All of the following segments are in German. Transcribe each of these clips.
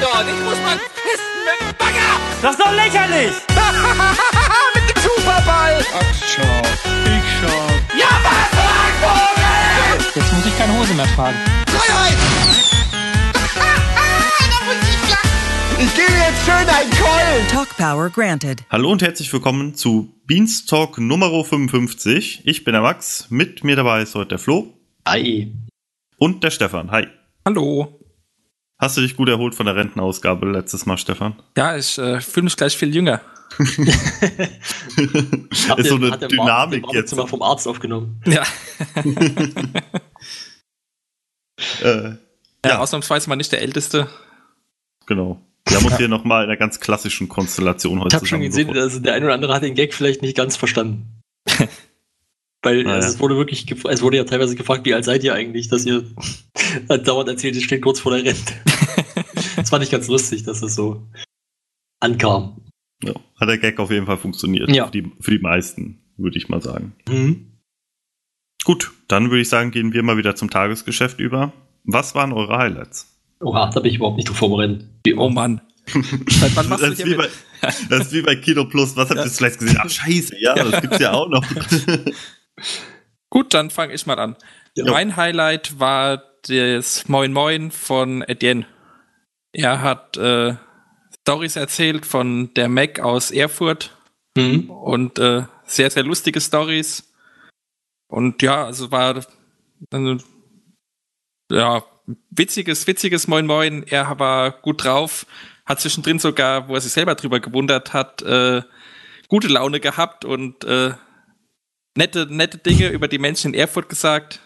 dort. Ich muss mal pissen mit dem Bagger. Das ist doch lächerlich. Mit dem Superball. Ach, schau. Ich schau. Ja, was, Vogel? Jetzt muss ich keine Hose mehr tragen. Freiheit. Ich gebe jetzt schön einen Keulen. Talk Power granted. Hallo und herzlich willkommen zu Beanstalk Nummer 55. Ich bin der Max, mit mir dabei ist heute der Flo. Hi. Und der Stefan. Hi. Hallo. Hast du dich gut erholt von der Rentenausgabe letztes Mal, Stefan? Ja, ich fühle mich gleich viel jünger. Ist so eine Dynamik jetzt. Mal vom Arzt aufgenommen. Ja. Ja, ausnahmsweise mal nicht der Älteste. genau. Wir haben uns hier nochmal in einer ganz klassischen Konstellation heute Ich habe schon gesehen, also der eine oder andere hat den Gag vielleicht nicht ganz verstanden. Weil also es wurde wirklich, es wurde ja teilweise gefragt, wie alt seid ihr eigentlich, dass ihr dauernd erzählt, ihr steht kurz vor der Rente. Das fand ich ganz lustig, dass es so ankam. Ja, hat der Gag auf jeden Fall funktioniert. Ja. Für die meisten, würde ich mal sagen. Mhm. Gut, dann würde ich sagen, gehen wir mal wieder zum Tagesgeschäft über. Was waren eure Highlights? Oha, da bin ich überhaupt nicht drauf vorbereitet. Oh Mann. Seit wann machst du Das hier mit? ist wie bei Kino Plus. Was habt ihr zuletzt gesehen? Ach, scheiße, ja, das gibt's ja auch noch. Gut, dann fange ich mal an. Ja. Mein Highlight war das Moin Moin von Etienne. Er hat Storys erzählt von der Mac aus Erfurt und sehr, sehr lustige Storys. Und ja, also war witziges Moin Moin. Er war gut drauf, hat zwischendrin sogar, wo er sich selber drüber gewundert hat, gute Laune gehabt und nette Dinge über die Menschen in Erfurt gesagt.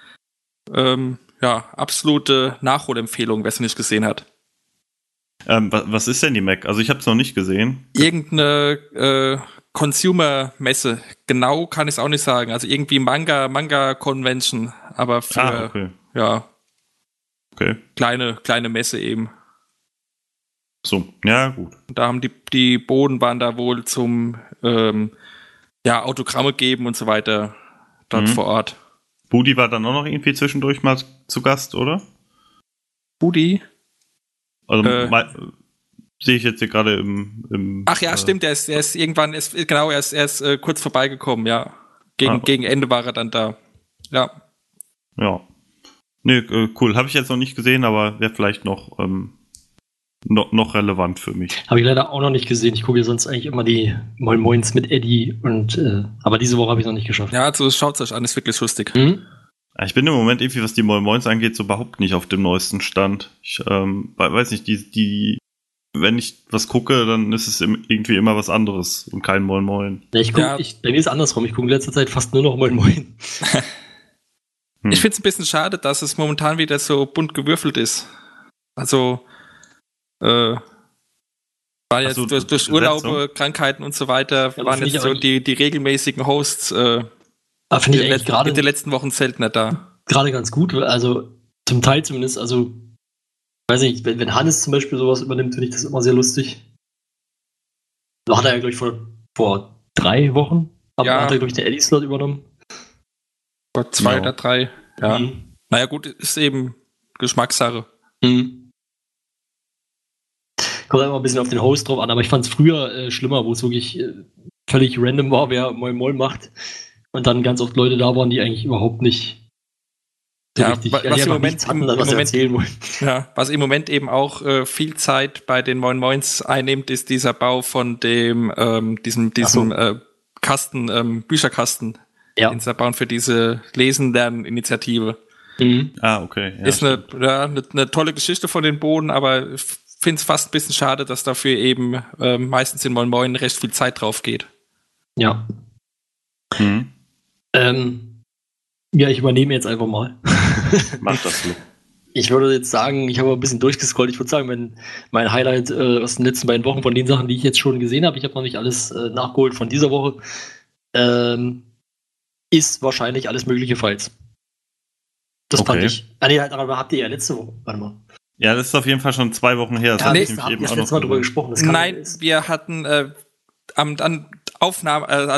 Absolute Nachholempfehlung, wer es nicht gesehen hat. Was ist denn die Mac? Also ich habe es noch nicht gesehen. Irgendeine Consumer-Messe. Genau kann ich es auch nicht sagen. Also irgendwie Manga-Convention, aber für Okay. kleine Messe eben. So, ja, gut. Da haben die Boden waren da wohl zum Autogramme geben und so weiter dort vor Ort. Budi war dann auch noch irgendwie zwischendurch mal zu Gast, oder? Budi? Also sehe ich jetzt hier gerade im Ach ja, stimmt, er ist irgendwann, er ist kurz vorbeigekommen, ja. Gegen Ende war er dann da. Ja. Ja. Nee, cool. Habe ich jetzt noch nicht gesehen, aber wäre vielleicht noch relevant für mich. Habe ich leider auch noch nicht gesehen. Ich gucke sonst eigentlich immer die Moin Moins mit Eddie aber diese Woche habe ich es noch nicht geschafft. Ja, also schaut es euch an, ist wirklich lustig. Ich bin im Moment irgendwie, was die Moin Moins angeht, so überhaupt nicht auf dem neuesten Stand. Ich weiß nicht, wenn ich was gucke, dann ist es irgendwie immer was anderes und kein Moin Moin. Ja, bei mir ist es andersrum. Ich gucke in letzter Zeit fast nur noch Moin Moin. Ich finde es ein bisschen schade, dass es momentan wieder so bunt gewürfelt ist. Also war jetzt durch Urlaube, Krankheiten und so weiter, waren jetzt so die regelmäßigen Hosts finde ich eigentlich gerade in den letzten Wochen seltener da. Gerade ganz gut, also zum Teil zumindest, also weiß nicht, wenn Hannes zum Beispiel sowas übernimmt, finde ich das immer sehr lustig. So hat er ja, glaube ich, vor 3 Wochen hat er, glaube ich, den Eddie-Slot übernommen. Vor 2 oder 3, ja. Naja gut, ist eben Geschmackssache. Kommt immer ein bisschen auf den Host drauf an, aber ich fand es früher schlimmer, wo es wirklich völlig random war, wer Moin Moin macht und dann ganz oft Leute da waren, die eigentlich überhaupt nicht richtig, was im Moment hatten, was sie erzählen wollen. Ja, was im Moment eben auch viel Zeit bei den Moin Moins einnimmt, ist dieser Bau von diesem Kasten, Bücherkasten, den sie bauen für diese Lesen-Lernen-Initiative. Okay. Ja, ist eine tolle Geschichte von den Boden, aber ich finde es fast ein bisschen schade, dass dafür eben meistens in Moin Moin recht viel Zeit drauf geht. Ja. Ja, ich übernehme jetzt einfach mal. Mach das so. Ich würde jetzt sagen, ich habe ein bisschen durchgescrollt. Ich würde sagen, mein Highlight aus den letzten beiden Wochen von den Sachen, die ich jetzt schon gesehen habe, ich habe noch nicht alles nachgeholt von dieser Woche, ist wahrscheinlich alles mögliche Fights. Das fand ich. Aber habt ihr ja letzte Woche. Warte mal. Ja, das ist auf jeden Fall schon 2 Wochen her. Das wir haben das letzte Mal drüber gesprochen. Nein, wir hatten am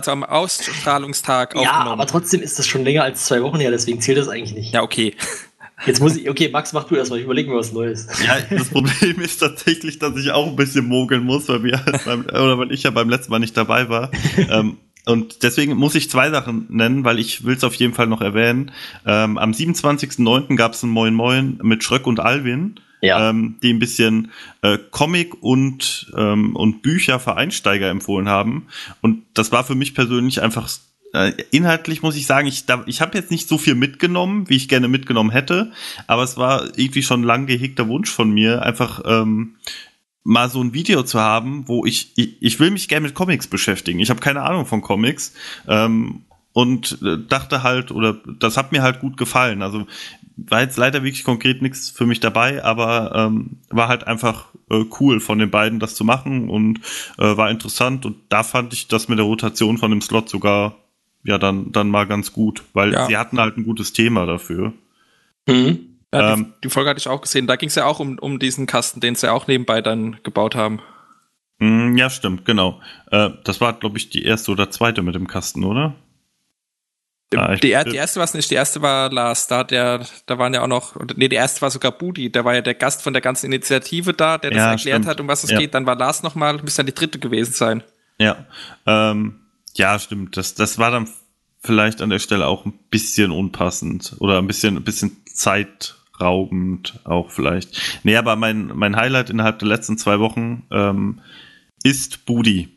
Ausstrahlungstag aufgenommen. Ja, aber trotzdem ist das schon länger als 2 Wochen her, deswegen zählt das eigentlich nicht. Ja, okay. Jetzt muss ich, okay, Max, mach du erstmal, ich überlege mir was Neues. Ja, das Problem ist tatsächlich, dass ich auch ein bisschen mogeln muss, weil ich ja beim letzten Mal nicht dabei war. Und deswegen muss ich 2 Sachen nennen, weil ich will es auf jeden Fall noch erwähnen. Am 27.09. gab es ein Moin Moin mit Schröck und Alvin, die ein bisschen Comic und Bücher für Einsteiger empfohlen haben. Und das war für mich persönlich einfach inhaltlich, muss ich sagen, ich habe jetzt nicht so viel mitgenommen, wie ich gerne mitgenommen hätte, aber es war irgendwie schon lang gehegter Wunsch von mir, einfach mal so ein Video zu haben, wo ich will mich gerne mit Comics beschäftigen. Ich habe keine Ahnung von Comics und dachte halt, oder das hat mir halt gut gefallen. Also war jetzt leider wirklich konkret nichts für mich dabei, aber war halt einfach cool von den beiden, das zu machen und war interessant. Und da fand ich das mit der Rotation von dem Slot sogar dann mal ganz gut, weil sie hatten halt ein gutes Thema dafür. Mhm. Ja, die Folge hatte ich auch gesehen. Da ging es ja auch um diesen Kasten, den sie ja auch nebenbei dann gebaut haben. Ja, stimmt, genau. Das war, glaube ich, die erste oder zweite mit dem Kasten, oder? Die erste war es nicht. Die erste war Lars. Da waren ja auch noch, die erste war sogar Budi. Der war ja der Gast von der ganzen Initiative da, der das erklärt hat, um was es geht. Dann war Lars nochmal, müsste dann die dritte gewesen sein. Ja, ja, stimmt. Das war dann vielleicht an der Stelle auch ein bisschen unpassend oder ein bisschen zeitraubend auch vielleicht. Nee, aber mein Highlight innerhalb der letzten 2 Wochen ist Budi.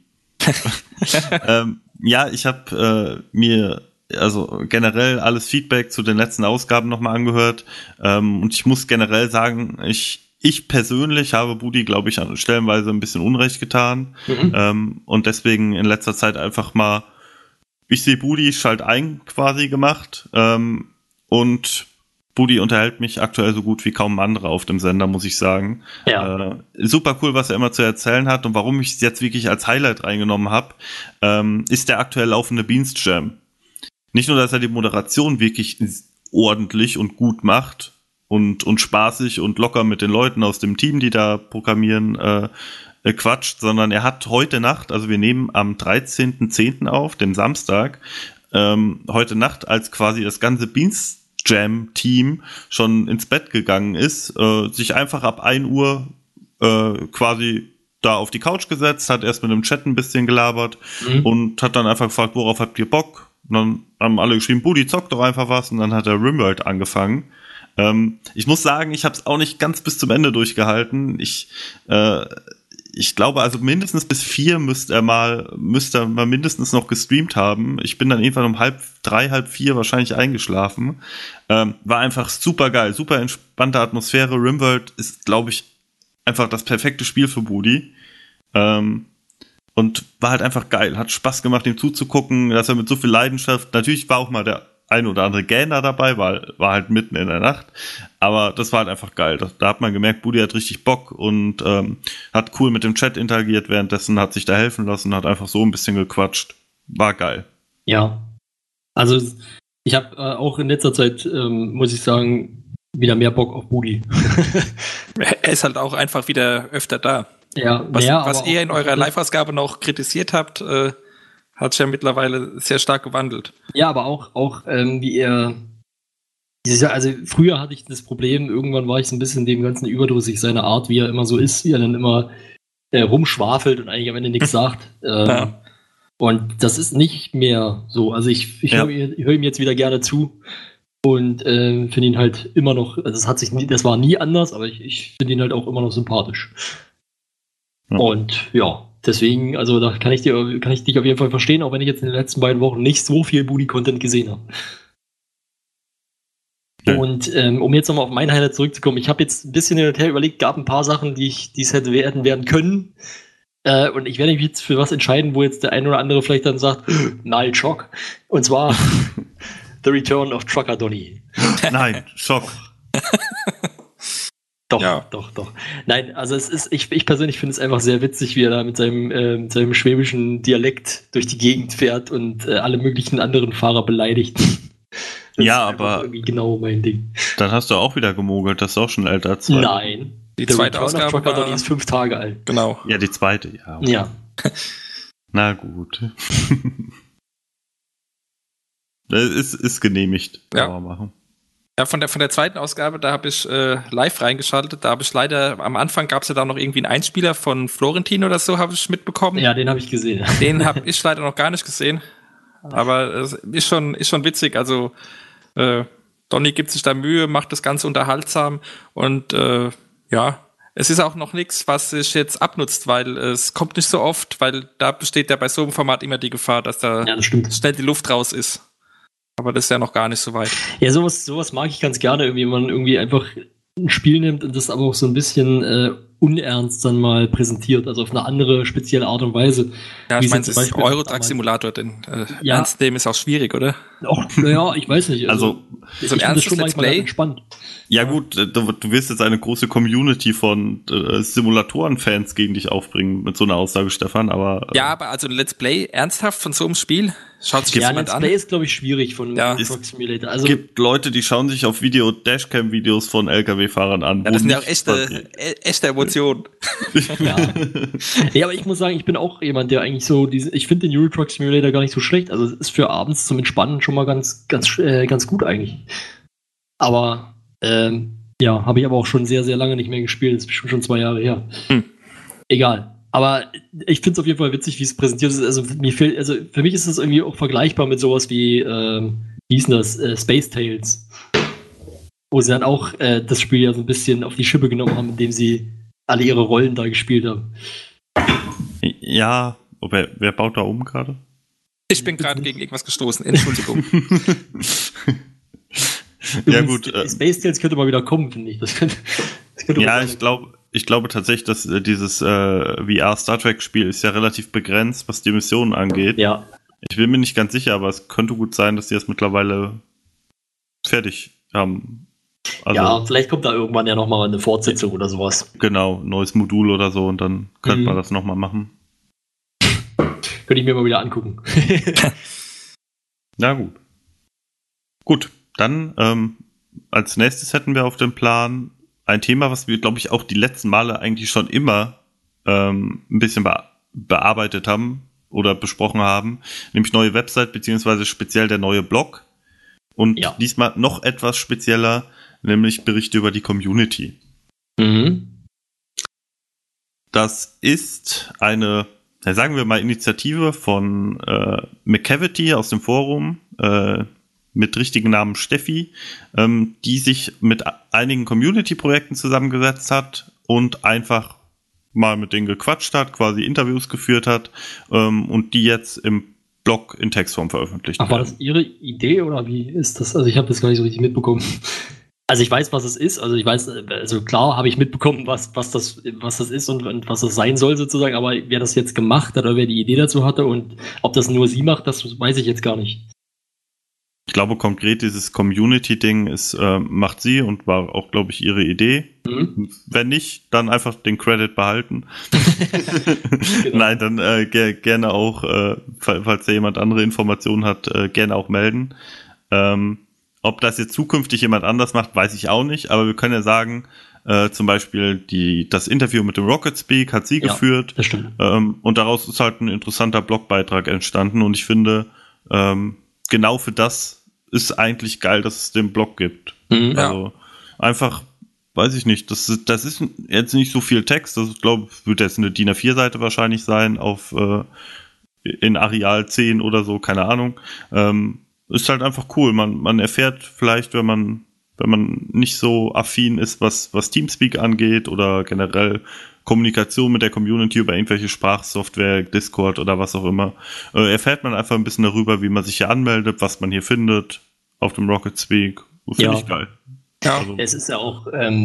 Ja, ich habe mir also generell alles Feedback zu den letzten Ausgaben nochmal angehört und ich muss generell sagen, ich persönlich habe Budi, glaube ich, stellenweise ein bisschen Unrecht getan und deswegen in letzter Zeit einfach mal, ich sehe Budi schalt ein quasi gemacht und Budi unterhält mich aktuell so gut wie kaum andere auf dem Sender, muss ich sagen. Ja. Super cool, was er immer zu erzählen hat und warum ich es jetzt wirklich als Highlight reingenommen habe, ist der aktuell laufende Beans Jam. Nicht nur, dass er die Moderation wirklich ordentlich und gut macht und spaßig und locker mit den Leuten aus dem Team, die da programmieren, quatscht, sondern er hat heute Nacht, also wir nehmen am 13.10. auf, dem Samstag, heute Nacht, als quasi das ganze Beans Jam-Team schon ins Bett gegangen ist, sich einfach ab 1 Uhr quasi da auf die Couch gesetzt, hat erst mit dem Chat ein bisschen gelabert und hat dann einfach gefragt, worauf habt ihr Bock? Und dann haben alle geschrieben, Budi, zock doch einfach was und dann hat der Rimworld angefangen. Ich muss sagen, ich habe es auch nicht ganz bis zum Ende durchgehalten. Ich glaube, also mindestens bis 4 müsste er mal mindestens noch gestreamt haben. Ich bin dann irgendwann um 3:30, 4 wahrscheinlich eingeschlafen. War einfach super geil, super entspannte Atmosphäre. Rimworld ist, glaube ich, einfach das perfekte Spiel für Budi. Und war halt einfach geil. Hat Spaß gemacht, ihm zuzugucken, dass er mit so viel Leidenschaft, natürlich war auch mal der ein oder andere Gähner dabei, war halt mitten in der Nacht, aber das war halt einfach geil. Da hat man gemerkt, Budi hat richtig Bock und hat cool mit dem Chat interagiert währenddessen, hat sich da helfen lassen, hat einfach so ein bisschen gequatscht. War geil. Ja, also ich habe auch in letzter Zeit, muss ich sagen, wieder mehr Bock auf Budi. Er ist halt auch einfach wieder öfter da. Ja, was ihr in eurer Live-Ausgabe noch kritisiert habt, hat sich ja mittlerweile sehr stark gewandelt. Ja, aber auch wie er also früher hatte ich das Problem, irgendwann war ich so ein bisschen dem Ganzen überdrüssig, seine Art, wie er immer so ist, wie er dann immer rumschwafelt und eigentlich am Ende nichts sagt. Und das ist nicht mehr so. Also ich höre ihm jetzt wieder gerne zu und finde ihn halt immer noch, also das war nie anders, aber ich finde ihn halt auch immer noch sympathisch. Ja. Und ja, deswegen, also da kann ich dich auf jeden Fall verstehen, auch wenn ich jetzt in den letzten beiden Wochen nicht so viel Budi-Content gesehen habe. Ja. Und um jetzt nochmal auf mein Highlight zurückzukommen, ich habe jetzt ein bisschen hin und her überlegt, gab ein paar Sachen, die es hätten werden können. Und ich werde mich jetzt für was entscheiden, wo jetzt der ein oder andere vielleicht dann sagt, nein, Schock. Und zwar The Return of Trucker Donny. Nein, Schock. Doch. Nein, also ich persönlich finde es einfach sehr witzig, wie er da mit seinem schwäbischen Dialekt durch die Gegend fährt und alle möglichen anderen Fahrer beleidigt. Das ja, ist aber irgendwie genau mein Ding. Dann hast du auch wieder gemogelt, das ist auch schon älter als 2. Nein. Die zweite Ausgabe war, ist 5 Tage alt. Genau. Ja, die zweite, ja. Okay. Ja. Na gut. Das ist genehmigt. Ja. Machen. Ja, von der zweiten Ausgabe, da habe ich live reingeschaltet. Da habe ich leider, am Anfang gab es ja da noch irgendwie einen Einspieler von Florentin oder so, habe ich mitbekommen. Ja, den habe ich gesehen. Den habe ich leider noch gar nicht gesehen. Aber es ist schon witzig. Also Donny gibt sich da Mühe, macht das Ganze unterhaltsam und es ist auch noch nichts, was sich jetzt abnutzt, weil es kommt nicht so oft, weil da besteht ja bei so einem Format immer die Gefahr, dass da schnell die Luft raus ist. Aber das ist ja noch gar nicht so weit. Ja, sowas mag ich ganz gerne, irgendwie, wenn man irgendwie einfach ein Spiel nimmt und das aber auch so ein bisschen unernst dann mal präsentiert, also auf eine andere spezielle Art und Weise. Ja, ich meine, das ist Eurotruck-Simulator, den ernst nehmen ist auch schwierig, oder? Ach, naja, ich weiß nicht. Also so ein ernstes Let's Play? Entspannt. Ja gut, du wirst jetzt eine große Community von Simulatoren-Fans gegen dich aufbringen mit so einer Aussage, Stefan, aber... Ja, aber also Let's Play ernsthaft von so einem Spiel? Schaut sich jemand Let's an? Play ist, glaube ich, schwierig von Truck Simulator. Also, es gibt Leute, die schauen sich auf Dashcam-Videos von LKW-Fahrern an. Ja, das sind ja auch echte Emotionen. Ja, aber ich muss sagen, ich bin auch jemand, der eigentlich so ich finde den Euro Truck Simulator gar nicht so schlecht. Also es ist für abends zum Entspannen schon mal ganz gut eigentlich. Aber habe ich aber auch schon sehr, sehr lange nicht mehr gespielt. Das ist bestimmt schon 2 Jahre her. Egal. Aber ich finde es auf jeden Fall witzig, wie es präsentiert ist. Also für mich ist es irgendwie auch vergleichbar mit sowas wie, wie hieß denn das, Space Tales. Wo sie dann auch das Spiel ja so ein bisschen auf die Schippe genommen haben, indem sie alle ihre Rollen da gespielt haben. Ja, wer baut da um gerade? Ich bin gerade gegen irgendwas gestoßen, Entschuldigung. Ja gut. Space Tales könnte mal wieder kommen, finde ich. Das könnte ja, ich glaube tatsächlich, dass dieses VR-Star Trek-Spiel ist ja relativ begrenzt, was die Missionen angeht. Ja. Ich bin mir nicht ganz sicher, aber es könnte gut sein, dass die das mittlerweile fertig haben. Also, ja, vielleicht kommt da irgendwann ja nochmal eine Fortsetzung oder sowas. Genau, neues Modul oder so und dann könnte man das nochmal machen. Könnte ich mir mal wieder angucken. Na gut. Gut, dann als nächstes hätten wir auf dem Plan ein Thema, was wir, glaube ich, auch die letzten Male eigentlich schon immer ein bisschen bearbeitet haben oder besprochen haben, nämlich neue Website, beziehungsweise speziell der neue Blog. Und diesmal noch etwas spezieller, nämlich Berichte über die Community. Das ist eine, sagen wir mal, Initiative von McCavity aus dem Forum, mit richtigen Namen Steffi, die sich mit einigen Community-Projekten zusammengesetzt hat und einfach mal mit denen gequatscht hat, quasi Interviews geführt hat und die jetzt im Blog in Textform veröffentlicht werden. War das Ihre Idee oder wie ist das? Also ich habe das gar nicht so richtig mitbekommen. Also ich weiß, was es ist. Also ich weiß, also klar habe ich mitbekommen, was das ist und was das sein soll sozusagen. Aber wer das jetzt gemacht hat oder wer die Idee dazu hatte und ob das nur sie macht, das weiß ich jetzt gar nicht. Ich glaube, konkret dieses Community-Ding macht sie und war auch, glaube ich, ihre Idee. Wenn nicht, dann einfach den Credit behalten. Genau. Nein, dann gerne auch, falls da jemand andere Informationen hat, gerne auch melden. Ob das jetzt zukünftig jemand anders macht, weiß ich auch nicht, aber wir können ja sagen, zum Beispiel das Interview mit dem Rocket Speak hat sie geführt. Das stimmt. Und daraus ist halt ein interessanter Blogbeitrag entstanden und ich finde, genau für das ist eigentlich geil, dass es den Blog gibt. Also einfach, weiß ich nicht, das ist jetzt nicht so viel Text, das glaube ich, wird jetzt eine DIN A4-Seite wahrscheinlich sein, in Areal 10 oder so, keine Ahnung. Ist halt einfach cool, man erfährt vielleicht, wenn man nicht so affin ist, was Teamspeak angeht oder generell Kommunikation mit der Community über irgendwelche Sprachsoftware, Discord oder was auch immer, erfährt man einfach ein bisschen darüber, wie man sich hier anmeldet, was man hier findet auf dem Rocket Speak. Finde ich geil. Ja, also, es ist ja auch,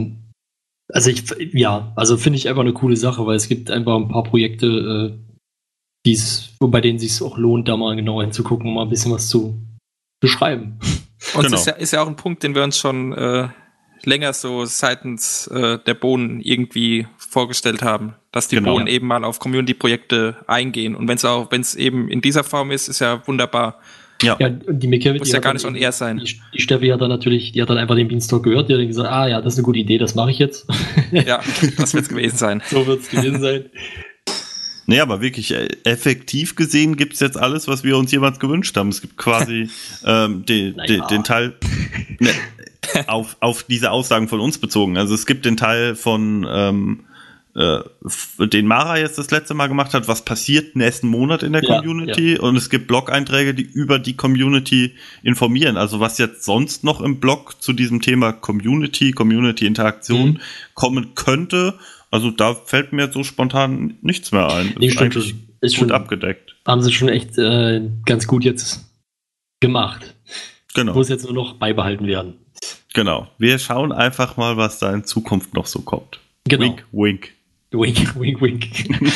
also finde ich einfach eine coole Sache, weil es gibt einfach ein paar Projekte, bei denen es sich auch lohnt, da mal genauer hinzugucken, um mal ein bisschen was zu beschreiben. Und das ist ja auch ein Punkt, den wir uns schon länger so seitens der Bohnen irgendwie vorgestellt haben, dass die Bohnen eben mal auf Community-Projekte eingehen. Und wenn es eben in dieser Form ist ja wunderbar. Ja, und die McCavity muss ja gar nicht on air sein. Die Steffi hat dann einfach den Beanstalk gehört, die hat dann gesagt, das ist eine gute Idee, das mache ich jetzt. Ja, das wird es gewesen sein. So wird es gewesen sein. Nee, aber wirklich effektiv gesehen gibt's jetzt alles, was wir uns jemals gewünscht haben. Es gibt quasi den Teil. Ne, auf diese Aussagen von uns bezogen. Also es gibt den Teil von den Mara jetzt das letzte Mal gemacht hat, was passiert nächsten Monat in der Community, und es gibt Blog-Einträge, die über die Community informieren. Also was jetzt sonst noch im Blog zu diesem Thema Community-Interaktion kommen könnte, also da fällt mir so spontan nichts mehr ein. Nee, ist eigentlich gut schon abgedeckt. Haben sie schon echt ganz gut jetzt gemacht. Genau. Muss jetzt nur noch beibehalten werden. Genau. Wir schauen einfach mal, was da in Zukunft noch so kommt. Genau. Wink, wink. Wink, wink, wink.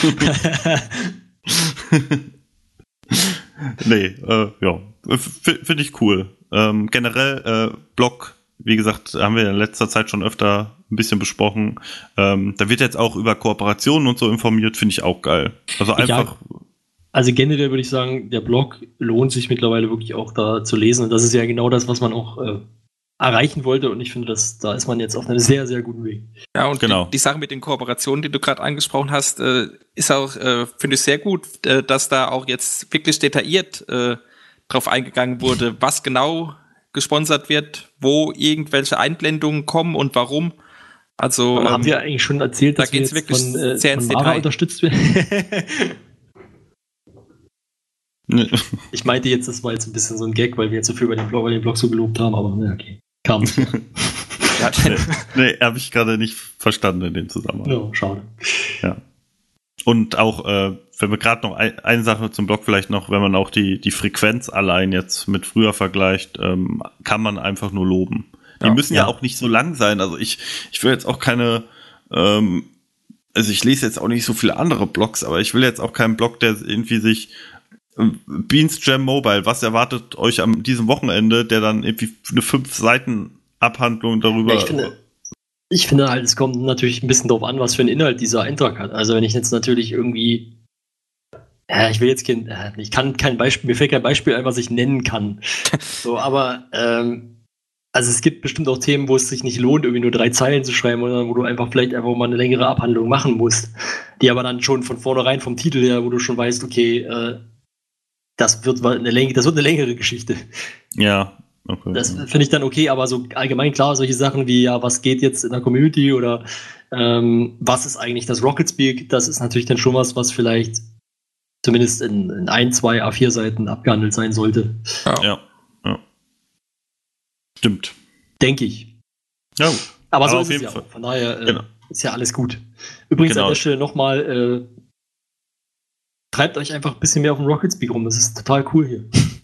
Nee, ja. Finde ich cool. Generell, Blog, wie gesagt, haben wir in letzter Zeit schon öfter ein bisschen besprochen. Da wird jetzt auch über Kooperationen und so informiert, finde ich auch geil. Also einfach. Ja, also generell würde ich sagen, der Blog lohnt sich mittlerweile wirklich auch da zu lesen. Und das ist ja genau das, was man auch erreichen wollte, und ich finde, da ist man jetzt auf einem sehr, sehr guten Weg. Ja, und genau. Die Sache mit den Kooperationen, die du gerade angesprochen hast, ist auch, finde ich, sehr gut, dass da auch jetzt wirklich detailliert drauf eingegangen wurde, was genau gesponsert wird, wo irgendwelche Einblendungen kommen und warum. Also haben wir eigentlich schon erzählt, dass da wir jetzt wirklich sehr ins Mara Detail unterstützt werden? Ich meinte jetzt, das war jetzt ein bisschen so ein Gag, weil wir jetzt so viel über den Blog so gelobt haben, aber ne, okay. Kam es. Nee, habe ich gerade nicht verstanden in dem Zusammenhang. No, schade. Ja. Und auch, wenn wir gerade noch eine Sache zum Blog vielleicht noch, wenn man auch die Frequenz allein jetzt mit früher vergleicht, kann man einfach nur loben. Die müssen ja auch nicht so lang sein. Also ich will jetzt auch keine, also ich lese jetzt auch nicht so viele andere Blogs, aber ich will jetzt auch keinen Blog, der irgendwie sich Beans Jam Mobile, was erwartet euch an diesem Wochenende, der dann irgendwie eine 5-Seiten-Abhandlung darüber... Ja, ich finde halt, es kommt natürlich ein bisschen darauf an, was für einen Inhalt dieser Eintrag hat. Also wenn ich jetzt natürlich irgendwie... Ja, ich will jetzt ich kann kein Beispiel, mir fällt kein Beispiel ein, was ich nennen kann. So, aber also es gibt bestimmt auch Themen, wo es sich nicht lohnt, irgendwie nur 3 Zeilen zu schreiben, sondern wo du vielleicht einfach mal eine längere Abhandlung machen musst. Die aber dann schon von vornherein vom Titel her, wo du schon weißt, okay, das wird eine längere Geschichte. Ja, okay. Das finde ich dann okay, aber so allgemein klar, solche Sachen wie, ja, was geht jetzt in der Community oder was ist eigentlich das Rocket Speak, das ist natürlich dann schon was vielleicht zumindest in 1, 2 A4 Seiten abgehandelt sein sollte. Ja. Stimmt. Denke ich. Ja, aber so ist es ja auch. Von daher ist ja alles gut. Übrigens an der Stelle nochmal, treibt euch einfach ein bisschen mehr auf dem Rocket Speak rum. Das ist total cool hier.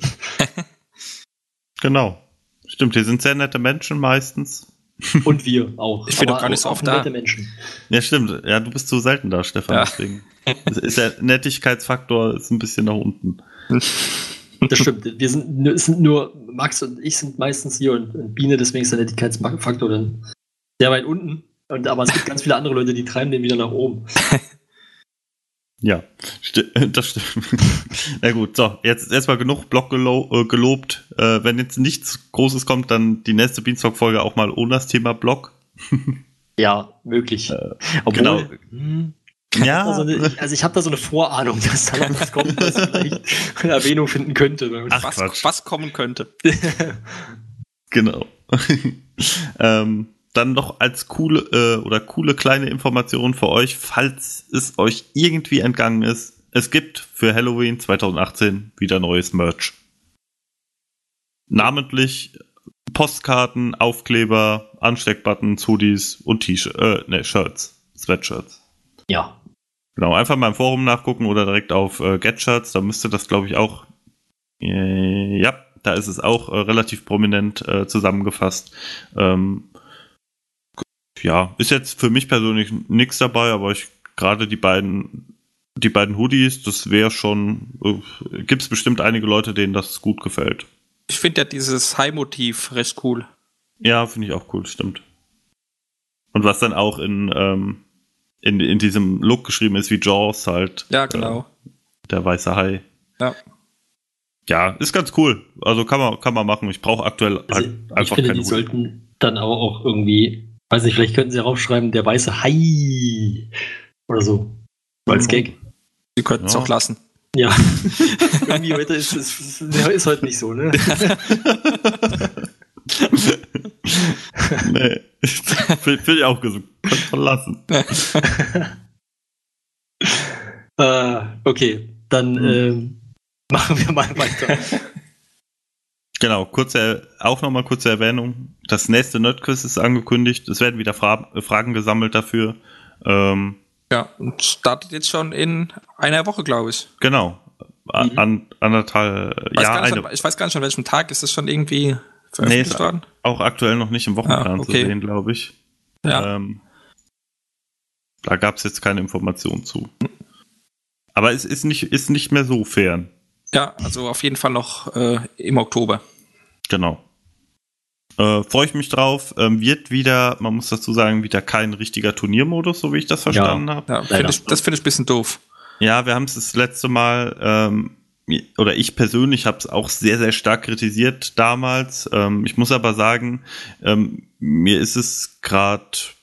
Genau. Stimmt, hier sind sehr nette Menschen meistens. Und wir auch. Ich bin doch gar nicht so oft da. Nette Menschen. Ja, stimmt. Ja, du bist so selten da, Stefan. Ja. Deswegen ist der Nettigkeitsfaktor ist ein bisschen nach unten. Das stimmt. sind nur Max und ich sind meistens hier und Biene, deswegen ist der Nettigkeitsfaktor dann sehr weit unten. Aber es gibt ganz viele andere Leute, die treiben den wieder nach oben. Ja, das stimmt. Na gut, so, jetzt erstmal genug Blog gelobt. Wenn jetzt nichts Großes kommt, dann die nächste Beanstalk-Folge auch mal ohne das Thema Blog. Ja, möglich. Obwohl, genau. Also ich habe da so eine Vorahnung, dass da noch was kommt, was vielleicht eine Erwähnung finden könnte. Was kommen könnte. Genau. Dann noch als coole kleine Information für euch, falls es euch irgendwie entgangen ist. Es gibt für Halloween 2018 wieder neues Merch. Namentlich Postkarten, Aufkleber, Ansteckbuttons, Hoodies und Shirts, Sweatshirts. Ja. Genau, einfach mal im Forum nachgucken oder direkt auf GetShirts, da müsste das, glaube ich, auch ja, da ist es auch relativ prominent zusammengefasst. Ja, ist jetzt für mich persönlich nichts dabei, aber gerade die beiden Hoodies, das wäre schon, gibt es bestimmt einige Leute, denen das gut gefällt. Ich finde ja dieses High-Motiv recht cool. Ja, finde ich auch cool, stimmt. Und was dann auch in diesem Look geschrieben ist, wie Jaws halt. Ja, genau. Der weiße Hai. Ja. Ja, ist ganz cool. Also kann man machen. Ich brauche aktuell halt einfach keine Hoodie. Die sollten dann aber auch irgendwie, weiß nicht, vielleicht könnten sie raufschreiben, der weiße Hai oder so. Als Gag. Sie könnten es auch lassen. Ja. Irgendwie heute ist heute nicht so, ne? Nee. Finde ich auch gesund. Könnt man lassen. Okay, dann machen wir mal weiter. Genau, auch nochmal kurze Erwähnung. Das nächste Nerdquiz ist angekündigt. Es werden wieder Fragen gesammelt dafür. Ja, und startet jetzt schon in einer Woche, glaube ich. Genau. Anderthalb, ich weiß gar nicht, an welchem Tag ist es schon irgendwie veröffentlicht worden? Auch aktuell noch nicht im Wochenplan okay. zu sehen, glaube ich. Ja. Da gab es jetzt keine Informationen zu. Aber es ist nicht mehr so fern. Ja, also auf jeden Fall noch im Oktober. Genau. Freue ich mich drauf. Wird wieder, man muss dazu sagen, wieder kein richtiger Turniermodus, so wie ich das verstanden habe. Ja, das finde ich ein bisschen doof. Ja, wir haben es das letzte Mal, oder ich persönlich habe es auch sehr, sehr stark kritisiert damals. Ich muss aber sagen, mir ist es gerade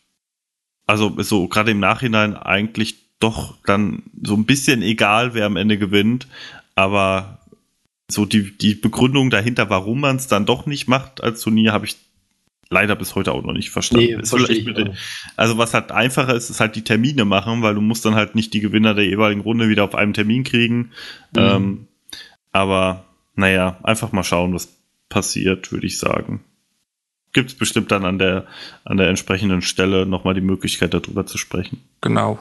im Nachhinein eigentlich doch dann so ein bisschen egal, wer am Ende gewinnt. Aber so die Begründung dahinter, warum man es dann doch nicht macht als Turnier, habe ich leider bis heute auch noch nicht verstanden. Nee, also was halt einfacher ist halt die Termine machen, weil du musst dann halt nicht die Gewinner der jeweiligen Runde wieder auf einem Termin kriegen. Aber naja, einfach mal schauen, was passiert, würde ich sagen. Gibt es bestimmt dann an der entsprechenden Stelle nochmal die Möglichkeit, darüber zu sprechen. Genau.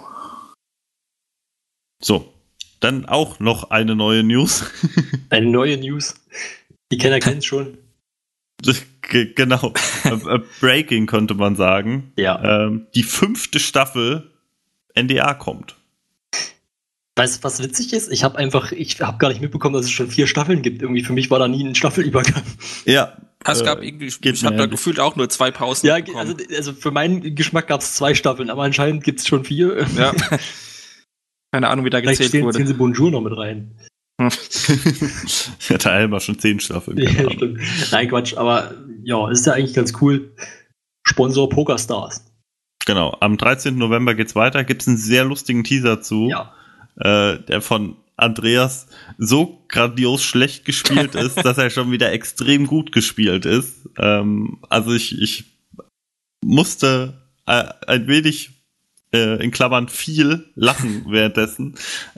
So, dann auch noch eine neue News. Eine neue News? Die Kenner kennen es schon. Genau. Breaking könnte man sagen. Ja. Die 5. Staffel NDA kommt. Weißt du, was witzig ist? Ich habe gar nicht mitbekommen, dass es schon 4 Staffeln gibt. Irgendwie für mich war da nie ein Staffelübergang. Ja. Es gab irgendwie, ich habe da gefühlt auch nur 2 Pausen bekommen. Also für meinen Geschmack gab es 2 Staffeln, aber anscheinend gibt es schon 4. Ja. Keine Ahnung, wie da gezählt wurde. Ziehen sie Bonjour noch mit rein. Ja, da haben wir schon 10 Staffeln. Ja, stimmt. Nein, Quatsch, aber ja, ist ja eigentlich ganz cool. Sponsor PokerStars. Genau, am 13. November geht's weiter. Gibt's einen sehr lustigen Teaser zu, der von Andreas so grandios schlecht gespielt ist, dass er schon wieder extrem gut gespielt ist. Also ich musste ein wenig in Klammern viel lachen währenddessen.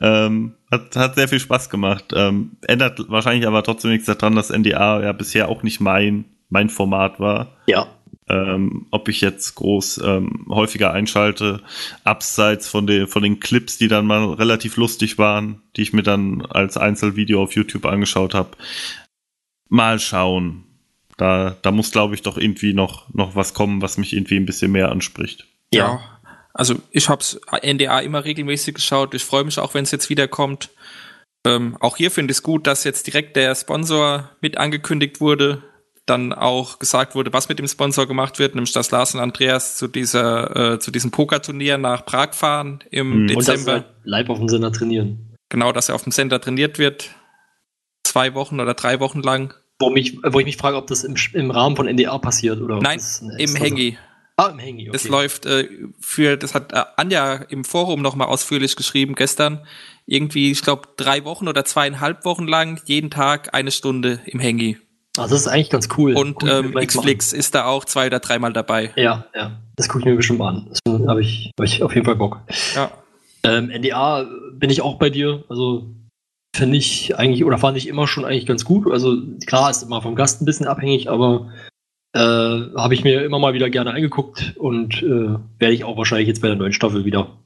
Hat sehr viel Spaß gemacht. Ändert wahrscheinlich aber trotzdem nichts daran, dass NDA ja bisher auch nicht mein Format war. Ja. Ob ich jetzt groß häufiger einschalte, abseits von den Clips, die dann mal relativ lustig waren, die ich mir dann als Einzelvideo auf YouTube angeschaut habe. Mal schauen. Da muss, glaube ich, doch irgendwie noch was kommen, was mich irgendwie ein bisschen mehr anspricht. Ja. Also ich hab's NDA immer regelmäßig geschaut. Ich freue mich auch, wenn es jetzt wiederkommt. Auch hier finde ich es gut, dass jetzt direkt der Sponsor mit angekündigt wurde. Dann auch gesagt wurde, was mit dem Sponsor gemacht wird, nämlich dass Lars und Andreas zu diesem Pokerturnier nach Prag fahren im Dezember. Und dass sie live auf dem Sender trainieren. Genau, dass er auf dem Sender trainiert wird. 2 Wochen oder 3 Wochen lang. Wo ich mich frage, ob das im Rahmen von NDA passiert oder Nein, im Hengi. Im Hengi, okay. Das läuft das hat Anja im Forum nochmal ausführlich geschrieben gestern. Irgendwie, ich glaube, 3 Wochen oder 2,5 Wochen lang, jeden Tag 1 Stunde im Hengi. Ah, das ist eigentlich ganz cool. Und Xflix ist da auch 2 oder 3 Mal dabei. Ja. Das gucke ich mir bestimmt mal an. Deswegen habe ich auf jeden Fall Bock. Ja. NDA bin ich auch bei dir. Also finde ich eigentlich, oder fand ich immer schon eigentlich ganz gut. Also klar, ist immer vom Gast ein bisschen abhängig, aber habe ich mir immer mal wieder gerne angeguckt und werde ich auch wahrscheinlich jetzt bei der neuen Staffel wieder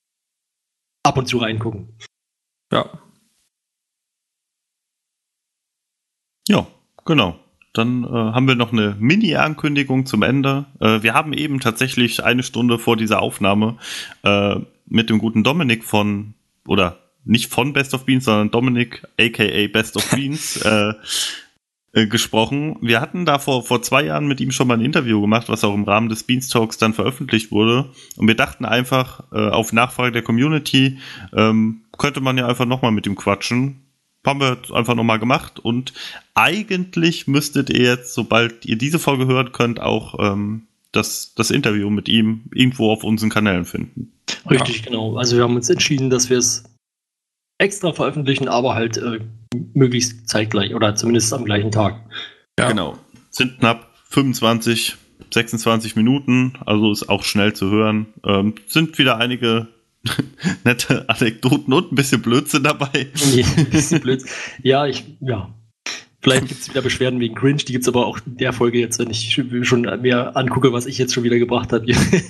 ab und zu reingucken. Ja. Ja, genau. Dann haben wir noch eine Mini-Ankündigung zum Ende. Wir haben eben tatsächlich 1 Stunde vor dieser Aufnahme mit dem guten Dominik nicht von Best of Beans, sondern Dominik, aka Best of Beans, gesprochen. Wir hatten da vor 2 Jahren mit ihm schon mal ein Interview gemacht, was auch im Rahmen des Beanstalks dann veröffentlicht wurde. Und wir dachten einfach, auf Nachfrage der Community, könnte man ja einfach nochmal mit ihm quatschen. Haben wir einfach nochmal gemacht. Und eigentlich müsstet ihr jetzt, sobald ihr diese Folge hören könnt, auch das Interview mit ihm irgendwo auf unseren Kanälen finden. Richtig, genau. Also wir haben uns entschieden, dass wir es extra veröffentlichen, aber halt möglichst zeitgleich oder zumindest am gleichen Tag. Ja. Genau. Sind knapp 25, 26 Minuten, also ist auch schnell zu hören. Sind wieder einige nette Anekdoten und ein bisschen Blödsinn dabei. Nee, ein bisschen Blödsinn. Ja. Vielleicht gibt es wieder Beschwerden wegen Cringe, die gibt es aber auch in der Folge jetzt, wenn ich schon mehr angucke, was ich jetzt schon wieder gebracht habe.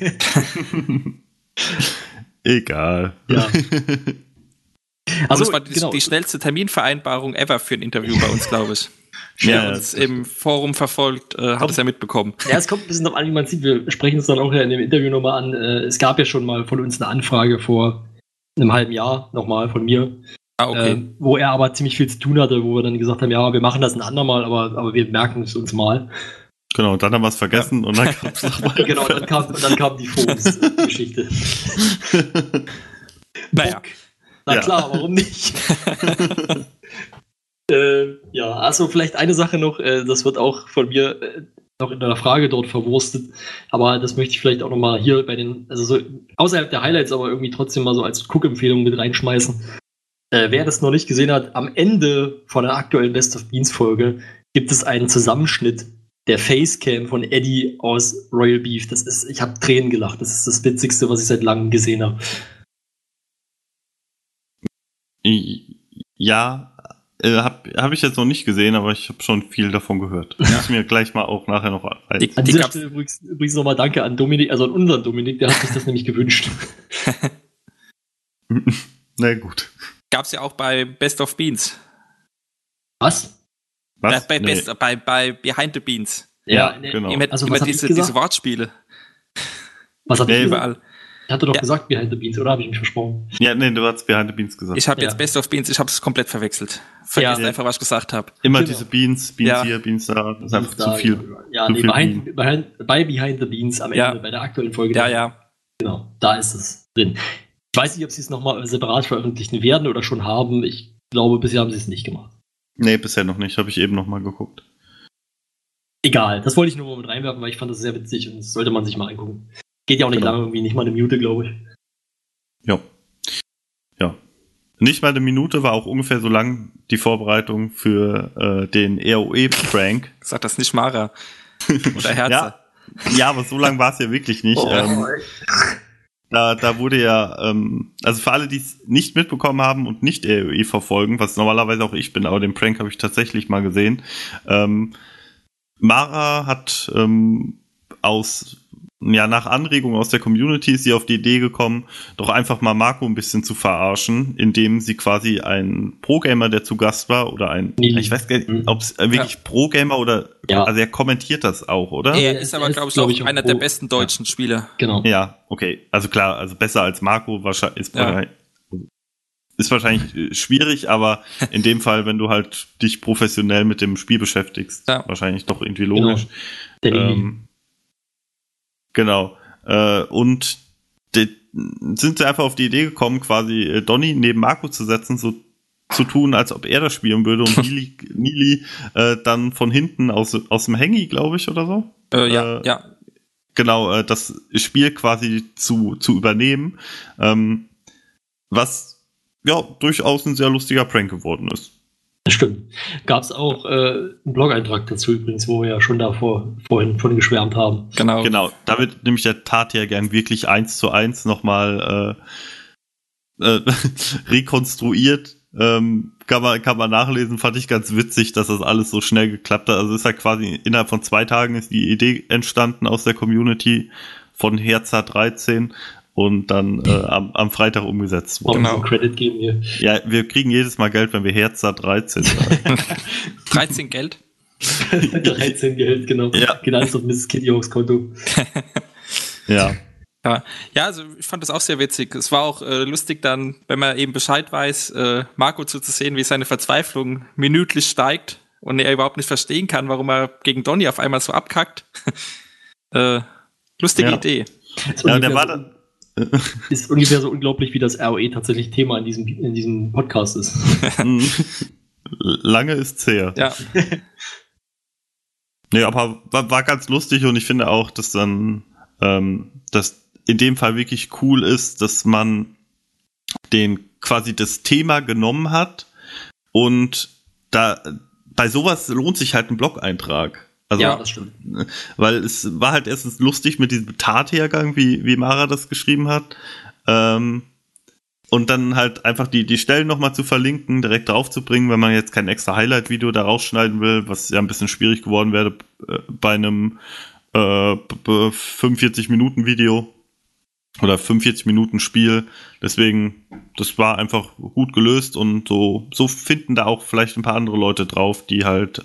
Egal. Ja. Also, das war die schnellste Terminvereinbarung ever für ein Interview bei uns, glaube ich. Wer uns im Forum verfolgt, hat es ja mitbekommen. Ja, es kommt ein bisschen darauf an, wie man sieht. Wir sprechen es dann auch ja in dem Interview nochmal an. Es gab ja schon mal von uns eine Anfrage vor einem halben Jahr nochmal von mir. Okay. Wo er aber ziemlich viel zu tun hatte, wo wir dann gesagt haben, ja, wir machen das ein andermal, aber wir merken es uns mal. Genau, und dann haben wir es vergessen und dann kam es nochmal. Genau, dann kam die Forums-Geschichte. Naja. Na klar, warum nicht? Ja, also vielleicht eine Sache noch, das wird auch von mir noch in einer Frage dort verwurstet, aber das möchte ich vielleicht auch nochmal hier bei den, also so außerhalb der Highlights, aber irgendwie trotzdem mal so als Guckempfehlung mit reinschmeißen. Wer das noch nicht gesehen hat, am Ende von der aktuellen Best of Beans Folge gibt es einen Zusammenschnitt der Facecam von Eddie aus Royal Beef. Ich habe Tränen gelacht. Das ist das Witzigste, was ich seit langem gesehen habe. Ja, hab ich jetzt noch nicht gesehen, aber ich habe schon viel davon gehört. Ja. Muss mir gleich mal auch nachher noch an dieser Stelle übrigens nochmal Danke an Dominik, also an unseren Dominik, der hat sich das nämlich gewünscht. Na gut. Gab's ja auch bei Best of Beans. Was? Bei Behind the Beans. Ja, genau. Immer diese Wortspiele. Was hab ich überall? Ich hatte doch gesagt Behind the Beans, oder habe ich mich versprochen? Ja, nee, du hast Behind the Beans gesagt. Ich habe jetzt Best of Beans, ich habe es komplett verwechselt. Vergesst einfach, was ich gesagt habe. Immer diese Beans hier, Beans da, das ist einfach zu viel. Ja, nee, bei Behind the Beans am Ende, bei der aktuellen Folge. Ja. Genau, da ist es drin. Ich weiß nicht, ob sie es nochmal separat veröffentlichen werden oder schon haben. Ich glaube, bisher haben sie es nicht gemacht. Nee, bisher noch nicht. Habe ich eben nochmal geguckt. Egal, das wollte ich nur mal mit reinwerfen, weil ich fand das sehr witzig und das sollte man sich mal angucken. Geht ja auch nicht lange, irgendwie nicht mal eine Minute, glaube ich. Ja. Nicht mal eine Minute war auch ungefähr so lang die Vorbereitung für den ROE-Prank. Sagt das nicht Mara oder Herze? Ja, aber so lang war es ja wirklich nicht. Da wurde ja, also für alle, die es nicht mitbekommen haben und nicht ROE verfolgen, was normalerweise auch ich bin, aber den Prank habe ich tatsächlich mal gesehen. Mara hat nach Anregung aus der Community ist sie auf die Idee gekommen, doch einfach mal Marco ein bisschen zu verarschen, indem sie quasi einen Pro-Gamer, der zu Gast war, oder ich weiß gar nicht, ob es wirklich Pro-Gamer oder, also er kommentiert das auch, oder? Er ist aber, glaube ich, auch einer der besten deutschen Spieler. Genau. Ja, okay. Also klar, also besser als Marco ist wahrscheinlich schwierig, aber in dem Fall, wenn du halt dich professionell mit dem Spiel beschäftigst, wahrscheinlich doch irgendwie logisch. Genau. Und sind sie einfach auf die Idee gekommen, quasi Donny neben Marco zu setzen, so zu tun, als ob er das spielen würde und Nili dann von hinten aus dem Hangy, glaube ich, oder so. Ja. Genau, das Spiel quasi zu übernehmen, was ja durchaus ein sehr lustiger Prank geworden ist. Das stimmt. Gab es auch einen Blog-Eintrag dazu übrigens, wo wir ja schon vorhin von geschwärmt haben. Genau. Da wird nämlich der Tathergang wirklich 1:1 nochmal rekonstruiert. Kann man nachlesen, fand ich ganz witzig, dass das alles so schnell geklappt hat. Also ist ja quasi innerhalb von 2 Tagen ist die Idee entstanden aus der Community von Herza 13. Und dann am Freitag umgesetzt wurde. Genau. Credit geben hier. Ja, wir kriegen jedes Mal Geld, wenn wir Herza 13 sagen. 13 Geld? 13 Geld, genau. Ja. Geht alles auf Mrs. Kitty aufs Konto. Ja. Ja, also ich fand das auch sehr witzig. Es war auch lustig dann, wenn man eben Bescheid weiß, Marco zuzusehen, wie seine Verzweiflung minütlich steigt und er überhaupt nicht verstehen kann, warum er gegen Donny auf einmal so abkackt. Lustige Idee. Ja, der war dann ist ungefähr so unglaublich, wie das ROE tatsächlich Thema in diesem Podcast ist. Lange ist's her. Ja. Nee, aber war ganz lustig und ich finde auch, dass dann das in dem Fall wirklich cool ist, dass man quasi das Thema genommen hat und da bei sowas lohnt sich halt ein Blog-Eintrag. Also, ja, das stimmt. Weil es war halt erstens lustig mit diesem Tathergang, wie Mara das geschrieben hat. Und dann halt einfach die Stellen nochmal zu verlinken, direkt draufzubringen, wenn man jetzt kein extra Highlight-Video da rausschneiden will, was ja ein bisschen schwierig geworden wäre bei einem 45-Minuten-Video oder 45-Minuten-Spiel. Deswegen, das war einfach gut gelöst und so finden da auch vielleicht ein paar andere Leute drauf, die halt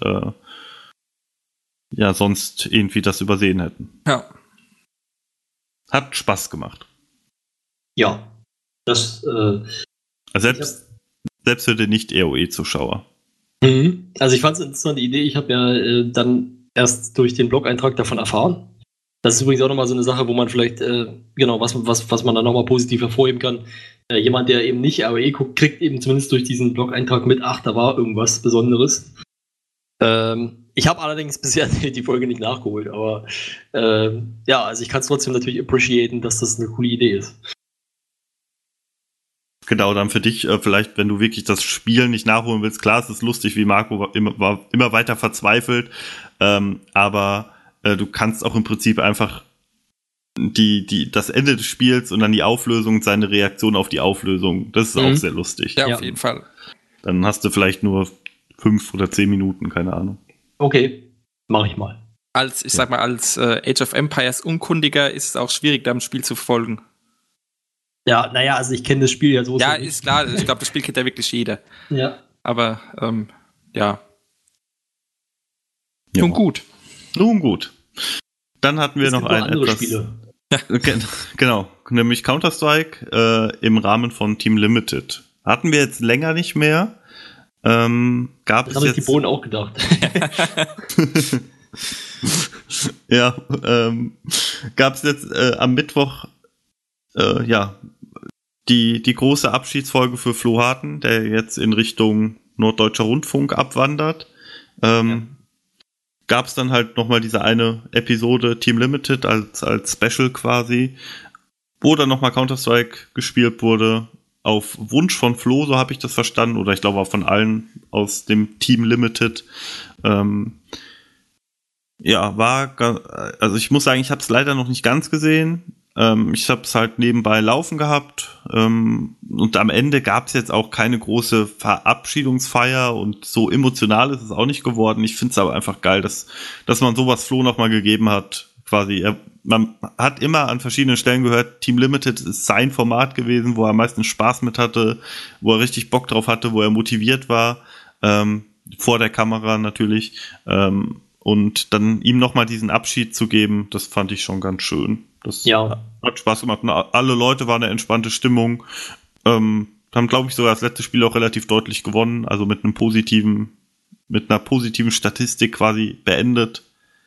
ja sonst irgendwie das übersehen hätten. Ja. Hat Spaß gemacht. Ja. Das, selbst für den Nicht-ROE-Zuschauer. Also ich fand es eine interessante Idee. Ich habe ja dann erst durch den Blog-Eintrag davon erfahren. Das ist übrigens auch nochmal so eine Sache, wo man vielleicht, genau, was man dann nochmal positiv hervorheben kann. Jemand, der eben nicht ROE guckt, kriegt eben zumindest durch diesen Blog-Eintrag mit, ach, da war irgendwas Besonderes. Ich habe allerdings bisher die Folge nicht nachgeholt, aber ja, also ich kann es trotzdem natürlich appreciaten, dass das eine coole Idee ist. Genau, dann für dich vielleicht, wenn du wirklich das Spiel nicht nachholen willst, klar, es ist lustig, wie Marco war immer weiter verzweifelt, aber du kannst auch im Prinzip einfach das Ende des Spiels und dann die Auflösung und seine Reaktion auf die Auflösung, das ist auch sehr lustig. Ja, auf jeden Fall. Dann hast du vielleicht nur 5 oder 10 Minuten, keine Ahnung. Okay, mach ich mal. Als Age of Empires Unkundiger ist es auch schwierig, da im Spiel zu folgen. Ja, naja, also ich kenne das Spiel ja so. Ja, ist klar, ich glaube, das Spiel kennt ja wirklich jeder. Ja. Aber, ja. Nun gut. Dann hatten wir noch ein andere etwas... Spiele. Genau, nämlich Counter-Strike im Rahmen von Team Limited. Hatten wir jetzt länger nicht mehr. Das haben sich die Bohnen auch gedacht. Ja, gab es jetzt am Mittwoch ja die große Abschiedsfolge für Flo Harten, der jetzt in Richtung Norddeutscher Rundfunk abwandert. Gab es dann halt nochmal diese eine Episode Team Limited als Special quasi, wo dann nochmal Counter-Strike gespielt wurde. Auf Wunsch von Flo, so habe ich das verstanden, oder ich glaube auch von allen aus dem Team Limited. Ja, also ich muss sagen, ich habe es leider noch nicht ganz gesehen. Ich habe es halt nebenbei laufen gehabt. Und am Ende gab es jetzt auch keine große Verabschiedungsfeier und so emotional ist es auch nicht geworden. Ich finde es aber einfach geil, dass man sowas Flo nochmal gegeben hat. Quasi, man hat immer an verschiedenen Stellen gehört, Team Limited ist sein Format gewesen, wo er am meisten Spaß mit hatte, wo er richtig Bock drauf hatte, wo er motiviert war, vor der Kamera natürlich. Und dann ihm nochmal diesen Abschied zu geben, das fand ich schon ganz schön. Das hat Spaß gemacht. Alle Leute waren eine entspannte Stimmung. Haben, glaube ich, sogar das letzte Spiel auch relativ deutlich gewonnen, also mit einer positiven Statistik quasi beendet.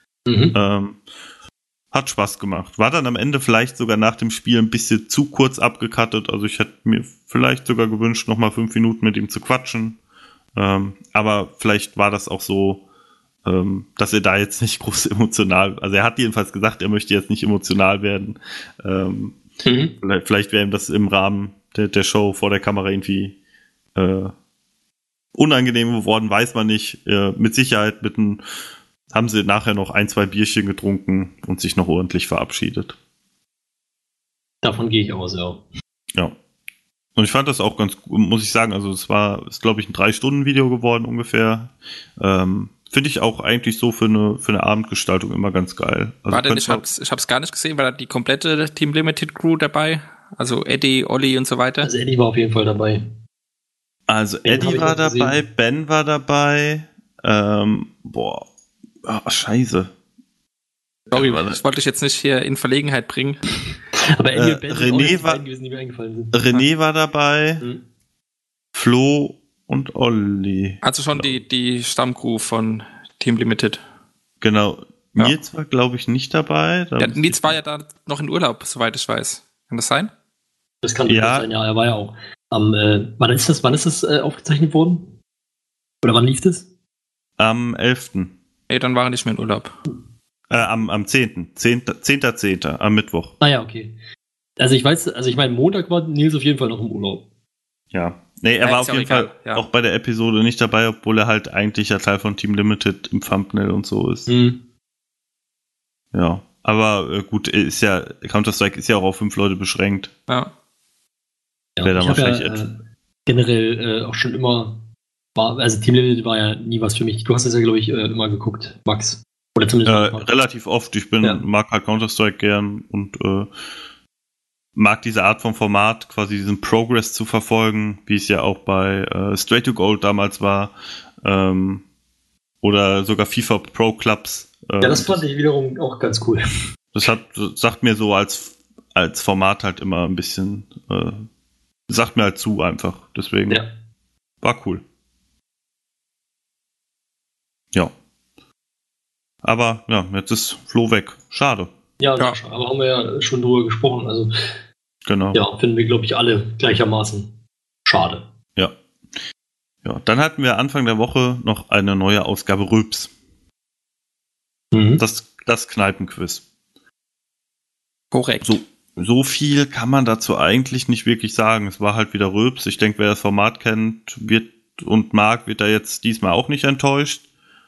Hat Spaß gemacht. War dann am Ende vielleicht sogar nach dem Spiel ein bisschen zu kurz abgekattet. Also ich hätte mir vielleicht sogar gewünscht, nochmal 5 Minuten mit ihm zu quatschen. Aber vielleicht war das auch so, dass er da jetzt nicht groß emotional, also er hat jedenfalls gesagt, er möchte jetzt nicht emotional werden. Vielleicht wäre ihm das im Rahmen der Show vor der Kamera irgendwie unangenehm geworden, weiß man nicht. Mit Sicherheit haben sie nachher noch 1, 2 Bierchen getrunken und sich noch ordentlich verabschiedet. Davon gehe ich aus, ja. Ja. Und ich fand das auch ganz gut, muss ich sagen, also ist glaube ich ein 3-Stunden-Video geworden ungefähr. Finde ich auch eigentlich so für eine Abendgestaltung immer ganz geil. Also warte, ich hab's gar nicht gesehen, war da die komplette Team Limited Crew dabei? Also Eddie, Olli und so weiter? Also Eddie war auf jeden Fall dabei. Also Eddie war dabei, Ben war dabei, scheiße. Sorry, ich wollte dich jetzt nicht hier in Verlegenheit bringen. Aber Eddie und Ben sind auch die beiden gewesen, die mir eingefallen sind. René war dabei, Flo und Olli. Also schon die Stammcrew von Team Limited. Genau. Ja. Nils war, glaube ich, nicht dabei. Nils war ja da noch in Urlaub, soweit ich weiß. Kann das sein? Das kann sein, ja. Er war ja auch. Wann ist das aufgezeichnet worden? Oder wann lief das? Am 11. Dann war er nicht mehr in Urlaub. Am 10. 10.10. am Mittwoch. Ah ja, okay. Also ich meine, Montag war Nils auf jeden Fall noch im Urlaub. Ja. Nee, er war auf jeden Fall auch bei der Episode nicht dabei, obwohl er halt eigentlich ja Teil von Team Limited im Thumbnail und so ist. Ja, aber gut, Counter-Strike ist ja auch auf 5 Leute beschränkt. Ja. Ja, ich habe generell auch schon immer, also Team Limited war ja nie was für mich. Du hast es ja, glaube ich, immer geguckt, Max. Oder zumindest relativ oft. Ich mag halt Counter-Strike gern und mag diese Art von Format, quasi diesen Progress zu verfolgen, wie es ja auch bei Straight to Gold damals war, oder sogar FIFA Pro Clubs. Das fand ich wiederum auch ganz cool. Das sagt mir so als Format halt immer ein bisschen, sagt mir halt zu einfach. Deswegen war cool. Ja. Aber ja, jetzt ist Flo weg. Schade. Ja, aber haben wir ja schon drüber gesprochen. Also genau. Ja, finden wir, glaube ich, alle gleichermaßen schade. Ja. Ja, dann hatten wir Anfang der Woche noch eine neue Ausgabe Rülps. Das Kneipenquiz. Korrekt. So viel kann man dazu eigentlich nicht wirklich sagen. Es war halt wieder Rülps. Ich denke, wer das Format kennt und mag, wird da jetzt diesmal auch nicht enttäuscht.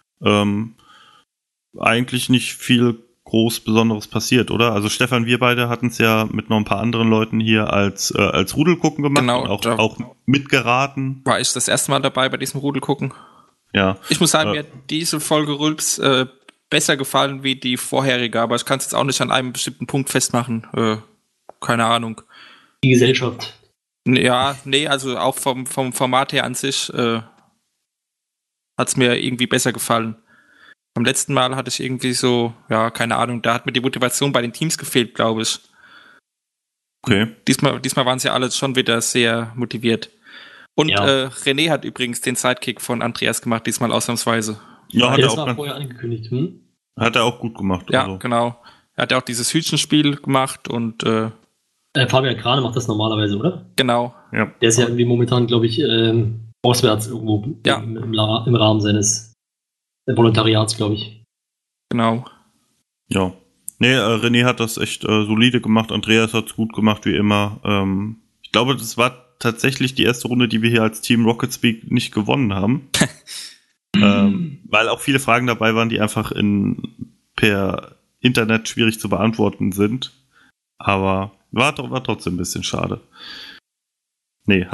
Eigentlich nicht viel groß Besonderes passiert, oder? Also Stefan, wir beide hatten es ja mit noch ein paar anderen Leuten hier als Rudelgucken gemacht, genau, und auch mitgeraten. War ich das erste Mal dabei bei diesem Rudelgucken. Ja. Ich muss sagen, mir hat diese Folge Rülps besser gefallen wie die vorherige, aber ich kann es jetzt auch nicht an einem bestimmten Punkt festmachen. Keine Ahnung. Die Gesellschaft. Ja, nee, also auch vom Format her an sich hat es mir irgendwie besser gefallen. Beim letzten Mal hatte ich irgendwie so, ja, keine Ahnung, da hat mir die Motivation bei den Teams gefehlt, glaube ich. Okay. Diesmal waren sie alle schon wieder sehr motiviert. Und René hat übrigens den Sidekick von Andreas gemacht, diesmal ausnahmsweise. Ja, hat er auch vorher angekündigt. Hat er auch gut gemacht. Ja, also. Genau. Er hat ja auch dieses Hütchenspiel gemacht und Fabian Krane macht das normalerweise, oder? Genau. Ja. Der ist ja irgendwie momentan, glaube ich, auswärts irgendwo im Rahmen seines Volontariats, glaube ich. Genau. Ja. Nee, René hat das echt solide gemacht. Andreas hat es gut gemacht, wie immer. Ich glaube, das war tatsächlich die erste Runde, die wir hier als Team Rocket Speak nicht gewonnen haben. Weil auch viele Fragen dabei waren, die einfach per Internet schwierig zu beantworten sind. Aber war trotzdem ein bisschen schade. Nee,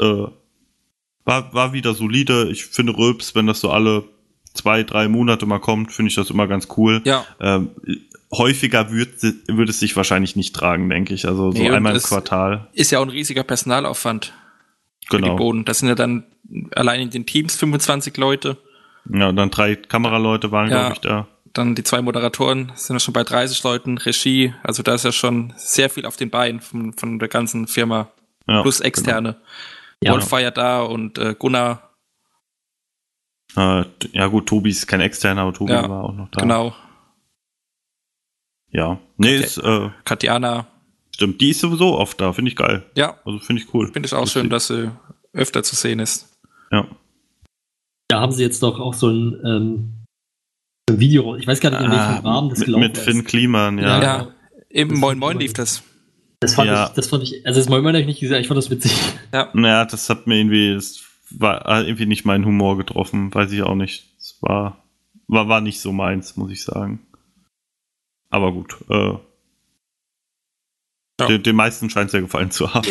war wieder solide. Ich finde Rülps, wenn das so alle 2-3 Monate mal kommt, finde ich das immer ganz cool. Ja. Häufiger würde es sich wahrscheinlich nicht tragen, denke ich. Also so einmal im Quartal. Ist ja auch ein riesiger Personalaufwand. Genau. Für die Boden. Das sind ja dann allein in den Teams 25 Leute. Ja, und dann 3 Kameraleute waren, glaube ich, da. Dann die 2 Moderatoren sind ja schon bei 30 Leuten, Regie, also da ist ja schon sehr viel auf den Beinen von der ganzen Firma. Ja, plus Externe. Genau. Wolf war ja da und Gunnar. Ja gut, Tobi ist kein Externer, aber Tobi war auch noch da. Genau. Ja. Nee, Katjana. Stimmt, die ist sowieso oft da, finde ich geil. Ja. Also finde ich cool. Finde ich auch schön, dass sie öfter zu sehen ist. Ja. Da haben sie jetzt doch auch so ein Video, ich weiß gar nicht, in welchem Rahmen das gelaufen ist. Mit Finn Kliman, ja. Ja, im Moin Moin lief das. Das fand ich, also das Moin Moin habe ich nicht gesehen, ich fand das witzig. Ja. Naja, das hat mir das war irgendwie nicht meinen Humor getroffen, weiß ich auch nicht. Es war nicht so meins, muss ich sagen. Aber gut, den meisten scheint es ja gefallen zu haben.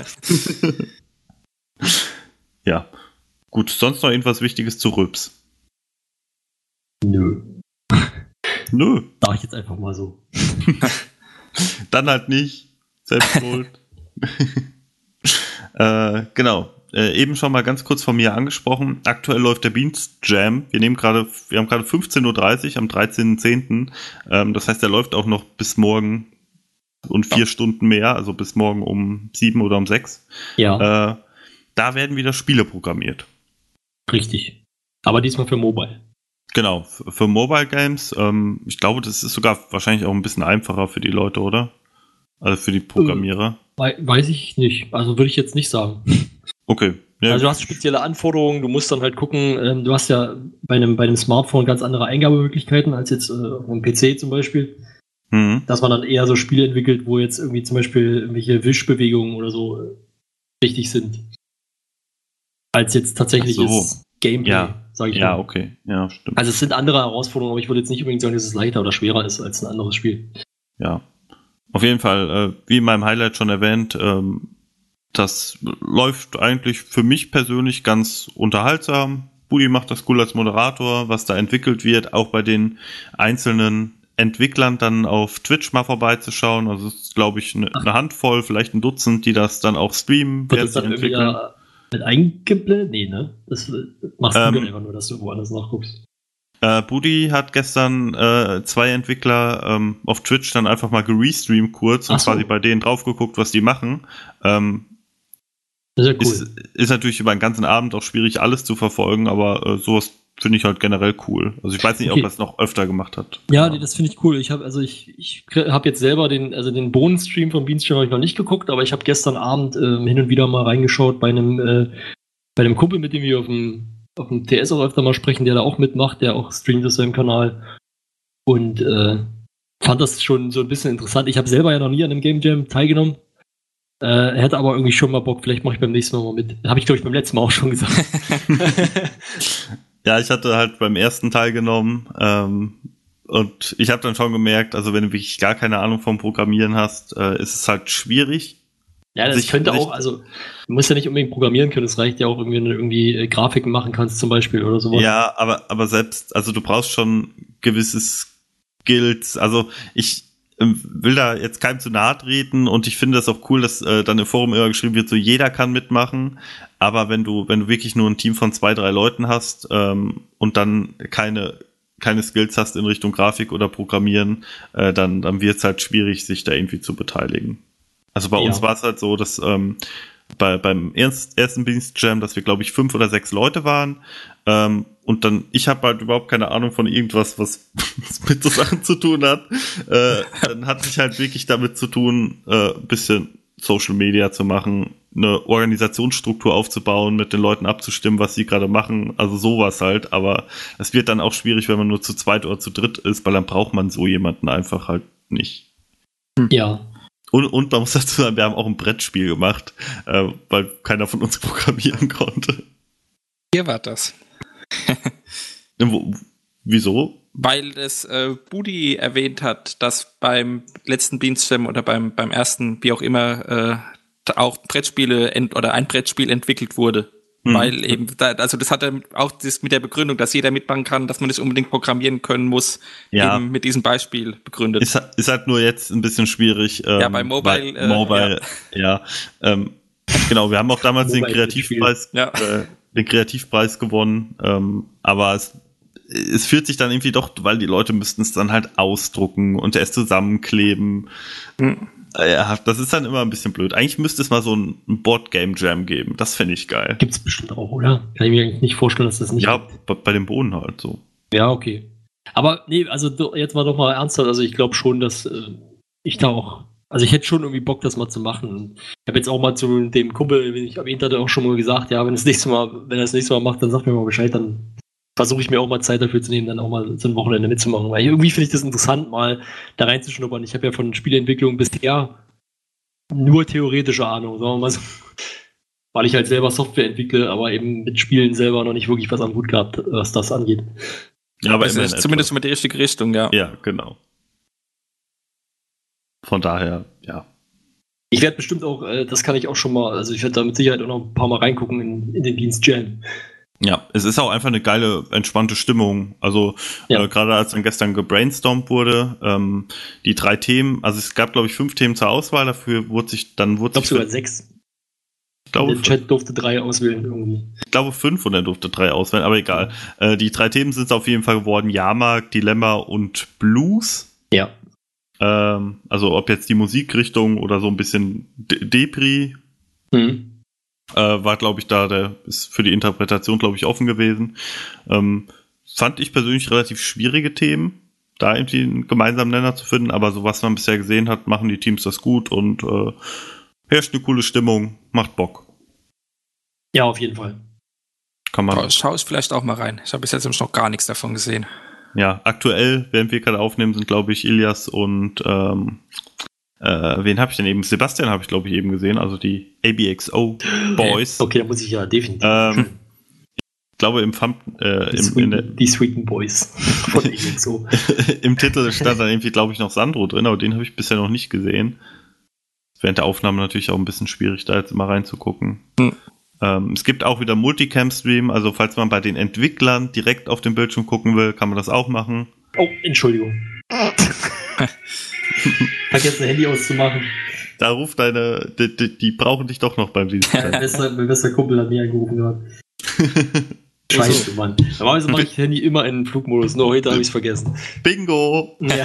Ja. Gut, sonst noch irgendwas Wichtiges zu Rülps? Nö. Nö. Sag ich jetzt einfach mal so. Dann halt nicht. Selbst schuld. Genau. Eben schon mal ganz kurz von mir angesprochen. Aktuell läuft der Beans Jam. Wir haben gerade 15.30 Uhr am 13.10. Das heißt, der läuft auch noch bis morgen und 4 Stunden mehr, also bis morgen um 7 oder um 6. Ja. Da werden wieder Spiele programmiert. Richtig. Aber diesmal für Mobile. Genau, für Mobile Games. Ich glaube, das ist sogar wahrscheinlich auch ein bisschen einfacher für die Leute, oder? Also für die Programmierer. Weiß ich nicht. Also würde ich jetzt nicht sagen. Okay. Ja. Also du hast spezielle Anforderungen, du musst dann halt gucken, du hast ja bei einem Smartphone ganz andere Eingabemöglichkeiten als jetzt auf einem PC zum Beispiel. Dass man dann eher so Spiele entwickelt, wo jetzt irgendwie zum Beispiel irgendwelche Wischbewegungen oder so wichtig sind. Als jetzt tatsächliches Gameplay, sag sage ich Ja, mal. okay. Ja, stimmt. Also es sind andere Herausforderungen, aber ich würde jetzt nicht unbedingt sagen, dass es leichter oder schwerer ist als ein anderes Spiel. Ja. Auf jeden Fall, wie in meinem Highlight schon erwähnt, das läuft eigentlich für mich persönlich ganz unterhaltsam. Budi macht das cool als Moderator, was da entwickelt wird, auch bei den einzelnen Entwicklern dann auf Twitch mal vorbeizuschauen. Also es ist, glaube ich, eine Handvoll, vielleicht ein Dutzend, die das dann auch streamen. Wird das dann irgendwie da mit eingeblendet? Nee, ne? Das machst du dann einfach nur, dass du woanders nachguckst. Budi hat gestern 2 Entwickler auf Twitch dann einfach mal gerestreamt kurz und quasi bei denen drauf geguckt, was die machen. Das ist ja cool. Ist natürlich über den ganzen Abend auch schwierig, alles zu verfolgen, aber sowas finde ich halt generell cool. Also ich weiß nicht, ob er es noch öfter gemacht hat. Ja, nee, das finde ich cool. Ich habe jetzt selber den Bohnenstream vom Beanstream habe ich noch nicht geguckt, aber ich habe gestern Abend hin und wieder mal reingeschaut bei einem Kumpel, mit dem wir auf dem TS auch öfter mal sprechen, der da auch mitmacht, der auch streamt auf seinem Kanal. Und fand das schon so ein bisschen interessant. Ich habe selber ja noch nie an einem Game Jam teilgenommen. Hätte aber irgendwie schon mal Bock, vielleicht mache ich beim nächsten Mal mit. Habe ich, glaube ich, beim letzten Mal auch schon gesagt. Ja, ich hatte halt beim ersten teilgenommen und ich habe dann schon gemerkt, also wenn du wirklich gar keine Ahnung vom Programmieren hast, ist es halt schwierig. Ja, das könnte auch, also du musst ja nicht unbedingt programmieren können, es reicht ja auch irgendwie, wenn du irgendwie Grafiken machen kannst zum Beispiel oder sowas. Ja, aber selbst, also du brauchst schon gewisse Skills, also ich will da jetzt keinem zu nahe treten und ich finde das auch cool, dass dann im Forum immer geschrieben wird, so jeder kann mitmachen, aber wenn du wirklich nur ein Team von 2, 3 Leuten hast und dann keine Skills hast in Richtung Grafik oder Programmieren, dann wird es halt schwierig, sich da irgendwie zu beteiligen. Also bei uns war es halt so, dass beim ersten Beast Jam, dass wir, glaube ich, 5 oder 6 Leute waren. Und dann, ich habe halt überhaupt keine Ahnung von irgendwas, was mit so Sachen zu tun hat. Dann hatte ich halt wirklich damit zu tun, ein bisschen Social Media zu machen, eine Organisationsstruktur aufzubauen, mit den Leuten abzustimmen, was sie gerade machen. Also sowas halt. Aber es wird dann auch schwierig, wenn man nur zu zweit oder zu dritt ist, weil dann braucht man so jemanden einfach halt nicht. Ja. Und man muss dazu sagen, wir haben auch ein Brettspiel gemacht, weil keiner von uns programmieren konnte. Hier war das. Wieso? Weil es Budi erwähnt hat, dass beim letzten Beanstem oder beim ersten, wie auch immer, auch Brettspiele oder ein Brettspiel entwickelt wurde. Weil eben, das hat er auch das mit der Begründung, dass jeder mitmachen kann, dass man nicht unbedingt programmieren können muss, eben mit diesem Beispiel begründet. Ist halt nur jetzt ein bisschen schwierig. Ja, bei Mobile. Genau, wir haben auch damals den Kreativpreis gewonnen, aber es fühlt sich dann irgendwie doch, weil die Leute müssten es dann halt ausdrucken und erst zusammenkleben. Ja, das ist dann immer ein bisschen blöd. Eigentlich müsste es mal so ein Board-Game-Jam geben. Das fände ich geil. Gibt's bestimmt auch, oder? Kann ich mir eigentlich nicht vorstellen, dass das nicht gibt. Bei dem Boden halt so. Ja, okay. Aber nee, also jetzt mal doch mal ernsthaft. Also ich glaube schon, dass ich da auch, also ich hätte schon irgendwie Bock, das mal zu machen. Ich habe jetzt auch mal zu dem Kumpel, den ich erwähnt hatte, auch schon mal gesagt, ja, wenn er das nächste Mal macht, dann sagt mir mal Bescheid, dann versuche ich mir auch mal Zeit dafür zu nehmen, dann auch mal so ein Wochenende mitzumachen. Weil irgendwie finde ich das interessant, mal da reinzuschnuppern. Ich habe ja von Spieleentwicklung bisher nur theoretische Ahnung, sagen wir mal so. Weil ich halt selber Software entwickle, aber eben mit Spielen selber noch nicht wirklich was am Hut gehabt, was das angeht. Ja, aber es ist zumindest mal die richtige Richtung, ja. Ja, genau. Von daher, ja. Ich werde bestimmt auch, das kann ich auch schon mal, also ich werde da mit Sicherheit auch noch ein paar Mal reingucken in den Dienst Jam. Ja, es ist auch einfach eine geile, entspannte Stimmung. Also gerade als dann gestern gebrainstormt wurde, die 3 Themen, also es gab, glaube ich, 5 Themen zur Auswahl, dafür wurde sich... Ich glaube sogar 6. Der Chat durfte 3 auswählen irgendwie. Ich glaube 5 und er durfte 3 auswählen, aber egal. Die 3 Themen sind es auf jeden Fall geworden: Jahrmarkt, Dilemma und Blues. Ja. Also ob jetzt die Musikrichtung oder so ein bisschen Depri war, glaube ich, ist für die Interpretation, glaube ich, offen gewesen. Fand ich persönlich relativ schwierige Themen, da irgendwie einen gemeinsamen Nenner zu finden, aber so was man bisher gesehen hat, machen die Teams das gut und herrscht eine coole Stimmung, macht Bock. Ja, auf jeden Fall. Kann man. Schau ich vielleicht auch mal rein. Ich habe bis jetzt noch gar nichts davon gesehen. Ja, aktuell, während wir gerade aufnehmen, sind, glaube ich, Ilias und wen habe ich denn eben? Sebastian habe ich, glaube ich, eben gesehen, also die ABXO Boys. Okay, da muss ich ja definitiv. glaube die Sweeten Boys von so. Im Titel stand dann irgendwie, glaube ich, noch Sandro drin, aber den habe ich bisher noch nicht gesehen. Während der Aufnahme natürlich auch ein bisschen schwierig, da jetzt immer reinzugucken. Es gibt auch wieder Multicam-Stream, also falls man bei den Entwicklern direkt auf dem Bildschirm gucken will, kann man das auch machen. Oh, Entschuldigung. Vergesst ein Handy auszumachen. Da ruft die brauchen dich doch noch beim Dienst. Mein bester Kumpel hat mich angerufen gerade. Scheiße, Mann. Normalerweise mache ich das Handy immer in den Flugmodus, nur heute habe ich es vergessen. Bingo! Ja.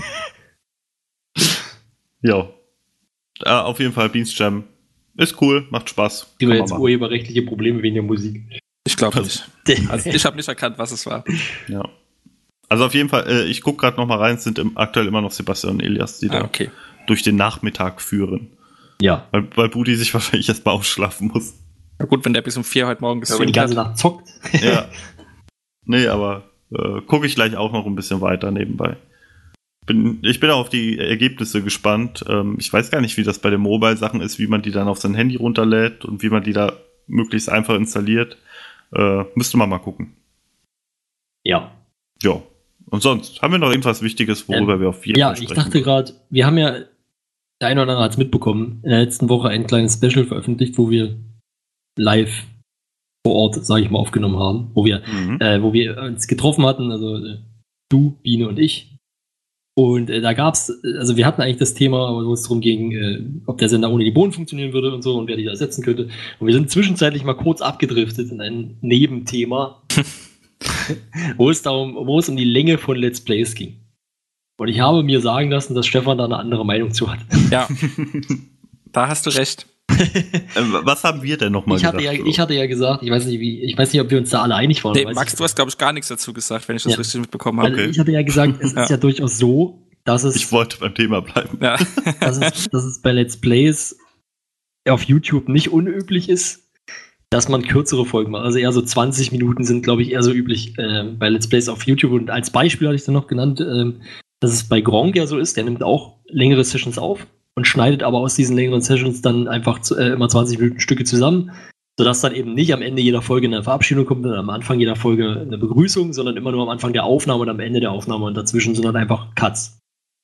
Ja. Auf jeden Fall Beans Jam. Ist cool, macht Spaß. Haben wir jetzt urheberrechtliche Probleme wegen der Musik? Ich glaube nicht. Also ich habe nicht erkannt, was es war. Ja. Also auf jeden Fall, ich gucke gerade noch mal rein, es sind aktuell immer noch Sebastian und Elias, die da durch den Nachmittag führen. Ja. Weil Budi sich wahrscheinlich erst mal ausschlafen muss. Na gut, wenn der bis um 4 heute Morgen gestreamt hat. Die ganze Nacht zockt. Ja. Nee, aber gucke ich gleich auch noch ein bisschen weiter nebenbei. Ich bin auch auf die Ergebnisse gespannt. Ich weiß gar nicht, wie das bei den Mobile-Sachen ist, wie man die dann auf sein Handy runterlädt und wie man die da möglichst einfach installiert. Müsste man mal gucken. Ja. Ja. Und sonst, haben wir noch irgendwas Wichtiges, worüber wir auf jeden Fall sprechen? Ja, ich dachte gerade, wir haben ja, der eine oder andere hat es mitbekommen, in der letzten Woche ein kleines Special veröffentlicht, wo wir live vor Ort, sage ich mal, aufgenommen haben, wo wir uns getroffen hatten, also du, Biene und ich. Und da gab's, also wir hatten eigentlich das Thema, wo es darum ging, ob der Sender ohne die Bohnen funktionieren würde und so und wer die da ersetzen könnte. Und wir sind zwischenzeitlich mal kurz abgedriftet in ein Nebenthema, wo es um die Länge von Let's Plays ging. Und ich habe mir sagen lassen, dass Stefan da eine andere Meinung zu hat. Ja, da hast du recht. Was haben wir denn nochmal gesagt? Ich hatte ja gesagt, ich weiß nicht, ob wir uns da alle einig waren. Nee, Max, du hast, glaube ich, gar nichts dazu gesagt, wenn ich das richtig mitbekommen habe. Okay. Ich hatte ja gesagt, es ist ja durchaus so, dass es... Ich wollte beim Thema bleiben. Ja. dass es bei Let's Plays auf YouTube nicht unüblich ist, dass man kürzere Folgen macht. Also eher so 20 Minuten sind, glaube ich, eher so üblich bei Let's Plays auf YouTube. Und als Beispiel hatte ich dann noch genannt, dass es bei Gronk ja so ist, der nimmt auch längere Sessions auf und schneidet aber aus diesen längeren Sessions dann einfach immer 20 Minuten Stücke zusammen, sodass dann eben nicht am Ende jeder Folge eine Verabschiedung kommt und am Anfang jeder Folge eine Begrüßung, sondern immer nur am Anfang der Aufnahme und am Ende der Aufnahme und dazwischen sind dann einfach Cuts.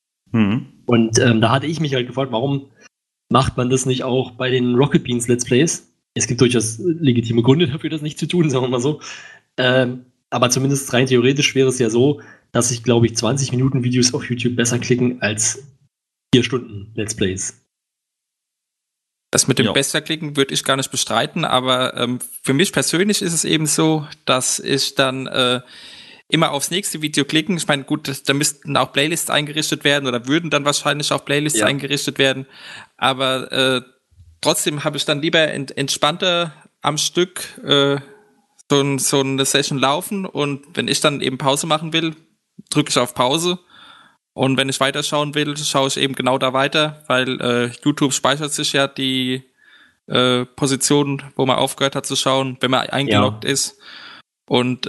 Und da hatte ich mich halt gefragt, warum macht man das nicht auch bei den Rocket Beans Let's Plays? Es gibt durchaus legitime Gründe dafür, das nicht zu tun, sagen wir mal so. Aber zumindest rein theoretisch wäre es ja so, dass sich, glaube ich, 20 Minuten Videos auf YouTube besser klicken als 4 Stunden Let's Plays. Das mit dem Besserklicken würde ich gar nicht bestreiten, aber für mich persönlich ist es eben so, dass ich dann immer aufs nächste Video klicken. Ich meine, gut, da müssten auch Playlists eingerichtet werden oder würden dann wahrscheinlich auch Playlists eingerichtet werden, aber trotzdem habe ich dann lieber entspannter am Stück so eine Session laufen und wenn ich dann eben Pause machen will, drücke ich auf Pause. Und wenn ich weiterschauen will, schaue ich eben genau da weiter, weil YouTube speichert sich ja die Position, wo man aufgehört hat zu schauen, wenn man eingeloggt ist. Und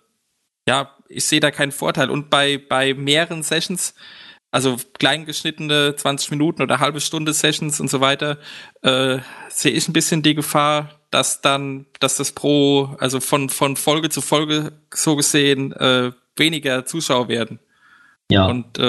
ich sehe da keinen Vorteil. Und bei mehreren Sessions, also kleingeschnittene 20 Minuten oder halbe Stunde Sessions und so weiter, sehe ich ein bisschen die Gefahr, dass das also von Folge zu Folge so gesehen weniger Zuschauer werden. Ja. Und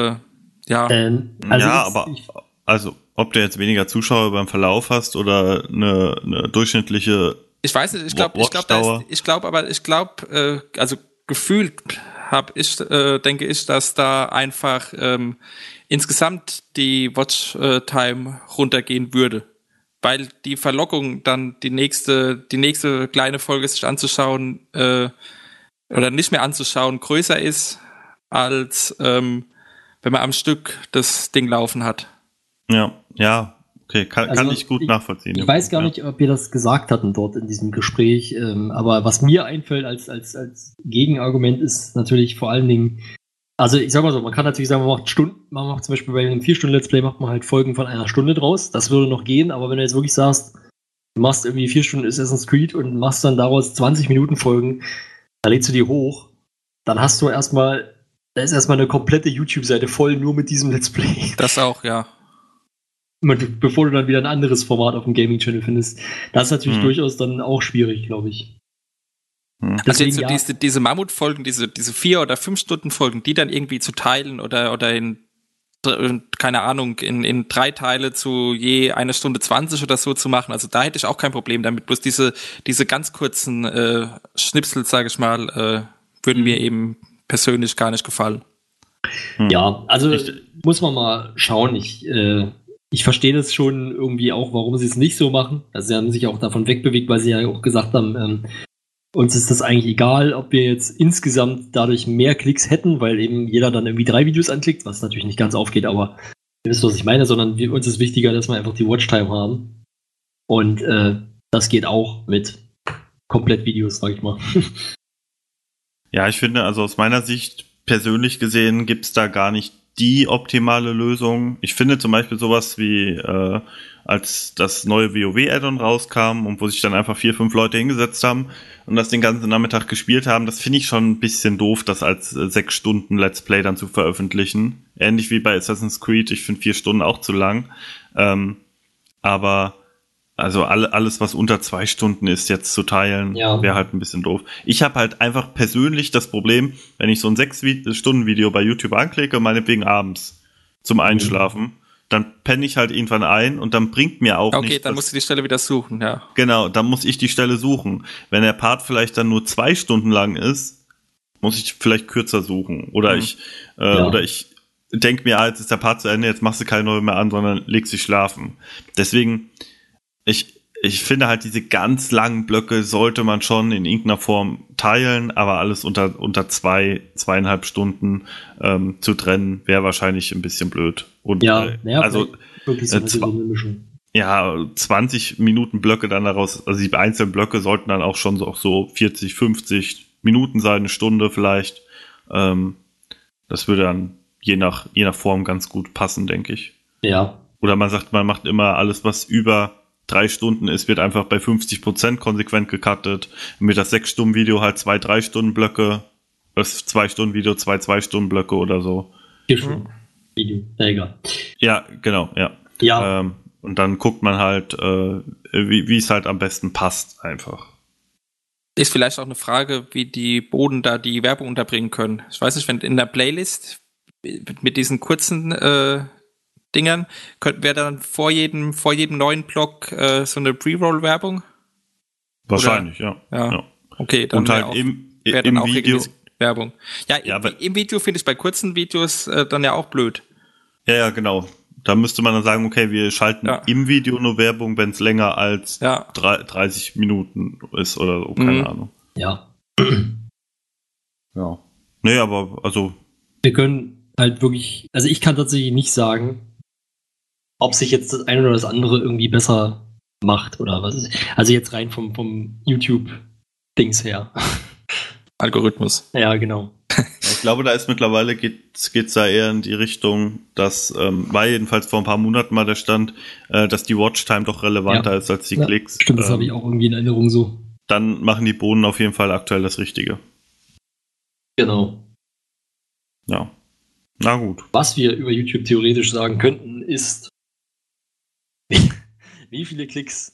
also ob du jetzt weniger Zuschauer beim Verlauf hast oder eine durchschnittliche ich weiß nicht, ich glaube, also gefühlt denke ich, dass da einfach insgesamt die Watchtime runtergehen würde. Weil die Verlockung, dann die nächste kleine Folge sich anzuschauen oder nicht mehr anzuschauen, größer ist, als wenn man am Stück das Ding laufen hat. Ja, okay, kann ich gut nachvollziehen. Ich weiß gar nicht, ob wir das gesagt hatten dort in diesem Gespräch, aber was mir einfällt als Gegenargument ist natürlich vor allen Dingen, also ich sag mal so, man kann natürlich sagen, man macht zum Beispiel bei einem 4-Stunden-Let's Play macht man halt Folgen von einer Stunde draus, das würde noch gehen, aber wenn du jetzt wirklich sagst, du machst irgendwie 4 Stunden Assassin's Creed und machst dann daraus 20 Minuten Folgen, da lädst du die hoch, dann hast du da ist erstmal eine komplette YouTube-Seite voll nur mit diesem Let's Play. Das auch, ja. Bevor du dann wieder ein anderes Format auf dem Gaming-Channel findest. Das ist natürlich durchaus dann auch schwierig, glaube ich. Also jetzt so diese Mammutfolgen, diese 4 oder 5 Stunden Folgen, die dann irgendwie zu teilen oder in keine Ahnung, in 3 Teile zu je 1 Stunde 20 oder so zu machen. Also da hätte ich auch kein Problem damit. Bloß diese ganz kurzen Schnipsel, sage ich mal, würden mir eben persönlich gar nicht gefallen. Ja, also muss man mal schauen. Ich verstehe das schon irgendwie auch, warum sie es nicht so machen. Also sie haben sich auch davon wegbewegt, weil sie ja auch gesagt haben, uns ist das eigentlich egal, ob wir jetzt insgesamt dadurch mehr Klicks hätten, weil eben jeder dann irgendwie 3 Videos anklickt, was natürlich nicht ganz aufgeht, aber ihr wisst, was ich meine, sondern uns ist wichtiger, dass wir einfach die Watchtime haben. Und das geht auch mit Komplettvideos, sag ich mal. Ja, ich finde, also aus meiner Sicht persönlich gesehen gibt's da gar nicht die optimale Lösung. Ich finde zum Beispiel sowas wie als das neue WoW-Add-on rauskam und wo sich dann einfach 4, 5 Leute hingesetzt haben und das den ganzen Nachmittag gespielt haben, das finde ich schon ein bisschen doof, das als 6 Stunden Let's Play dann zu veröffentlichen. Ähnlich wie bei Assassin's Creed, ich finde 4 Stunden auch zu lang. Aber also alles, was unter 2 Stunden ist, jetzt zu teilen, wäre halt ein bisschen doof. Ich habe halt einfach persönlich das Problem, wenn ich so ein 6-Stunden-Video bei YouTube anklicke, meinetwegen abends zum Einschlafen, dann penne ich halt irgendwann ein und dann bringt mir auch nicht... Okay, dann musst du die Stelle wieder suchen, ja. Genau, dann muss ich die Stelle suchen. Wenn der Part vielleicht dann nur 2 Stunden lang ist, muss ich vielleicht kürzer suchen. Oder ich denke mir, jetzt ist der Part zu Ende, jetzt machst du keine neue mehr an, sondern legst dich schlafen. Deswegen, ich finde halt, diese ganz langen Blöcke sollte man schon in irgendeiner Form teilen, aber alles unter 2,5 Stunden zu trennen, wäre wahrscheinlich ein bisschen blöd. Und also wirklich so eine Mischung. Ja, 20 Minuten Blöcke dann daraus, also die einzelnen Blöcke sollten dann auch schon so 40, 50 Minuten sein, eine Stunde vielleicht. Das würde dann je nach Form ganz gut passen, denke ich. Ja. Oder man sagt, man macht immer alles, was über 3 Stunden ist, wird einfach bei 50% konsequent gecuttet. Mit das 6-Stunden-Video halt 2 3-Stunden-Blöcke, das 2-Stunden-Video 2 2-Stunden-Blöcke oder so. 4 Stunden Video, egal. Ja, genau, ja. Ja. Und dann guckt man halt, wie es halt am besten passt, einfach. Ist vielleicht auch eine Frage, wie die Boden da die Werbung unterbringen können. Ich weiß nicht, wenn in der Playlist mit diesen kurzen Dingern, wäre dann vor jedem neuen Block so eine Pre-Roll-Werbung? Wahrscheinlich, ja. Ja. Okay, dann und halt auch, im auch Video Werbung. Ja, im Video finde ich bei kurzen Videos dann ja auch blöd. Ja, genau. Da müsste man dann sagen, okay, wir schalten im Video nur Werbung, wenn es länger als 30 Minuten ist oder so, keine Ahnung. Ja. Ja. Nee, aber also... Wir können halt wirklich... Also ich kann tatsächlich nicht sagen, ob sich jetzt das eine oder das andere irgendwie besser macht oder was ist. Also jetzt rein vom YouTube-Dings her. Algorithmus. Ja, genau. Ich glaube, da ist mittlerweile geht's da eher in die Richtung, dass war jedenfalls vor ein paar Monaten mal der Stand, dass die Watchtime doch relevanter ist als die Klicks. Stimmt, das habe ich auch irgendwie in Erinnerung so. Dann machen die Bohnen auf jeden Fall aktuell das Richtige. Genau. Ja. Na gut. Was wir über YouTube theoretisch sagen könnten, ist, wie viele Klicks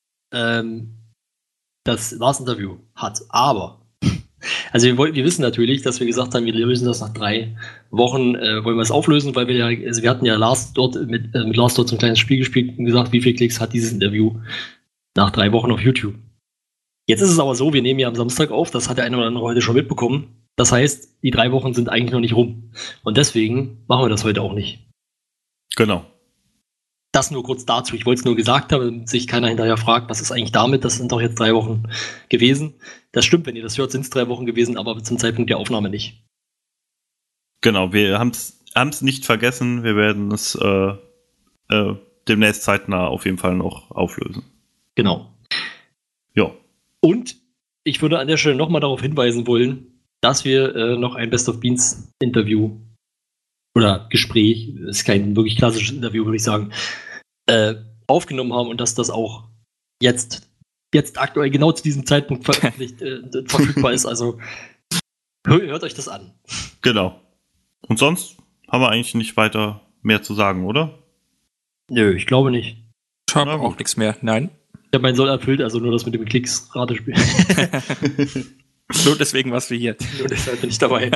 das Lars-Interview hat. Aber also wir wissen natürlich, dass wir gesagt haben, wir lösen das nach 3 Wochen, wollen wir es auflösen, weil wir hatten ja Lars dort mit Lars dort so ein kleines Spiel gespielt und gesagt, wie viele Klicks hat dieses Interview nach 3 Wochen auf YouTube. Jetzt ist es aber so, wir nehmen ja am Samstag auf, das hat der eine oder andere heute schon mitbekommen. Das heißt, die 3 Wochen sind eigentlich noch nicht rum. Und deswegen machen wir das heute auch nicht. Genau. Das nur kurz dazu. Ich wollte es nur gesagt haben, damit sich keiner hinterher fragt, was ist eigentlich damit? Das sind doch jetzt 3 Wochen gewesen. Das stimmt, wenn ihr das hört, sind es 3 Wochen gewesen, aber zum Zeitpunkt der Aufnahme nicht. Genau, wir haben es nicht vergessen. Wir werden es demnächst zeitnah auf jeden Fall noch auflösen. Genau. Ja. Und ich würde an der Stelle nochmal darauf hinweisen wollen, dass wir noch ein Best of Beans Interview oder Gespräch, ist kein wirklich klassisches Interview, würde ich sagen, aufgenommen haben und dass das auch jetzt aktuell genau zu diesem Zeitpunkt veröffentlicht verfügbar ist. Also hört euch das an. Genau. Und sonst haben wir eigentlich nicht weiter mehr zu sagen, oder? Nö, ich glaube nicht. Ich habe auch nichts mehr. Nein. Ich habe meinen Soll erfüllt, also nur das mit dem Klicks-Ratespiel. Nur deswegen warst du hier. Nur deshalb bin ich dabei.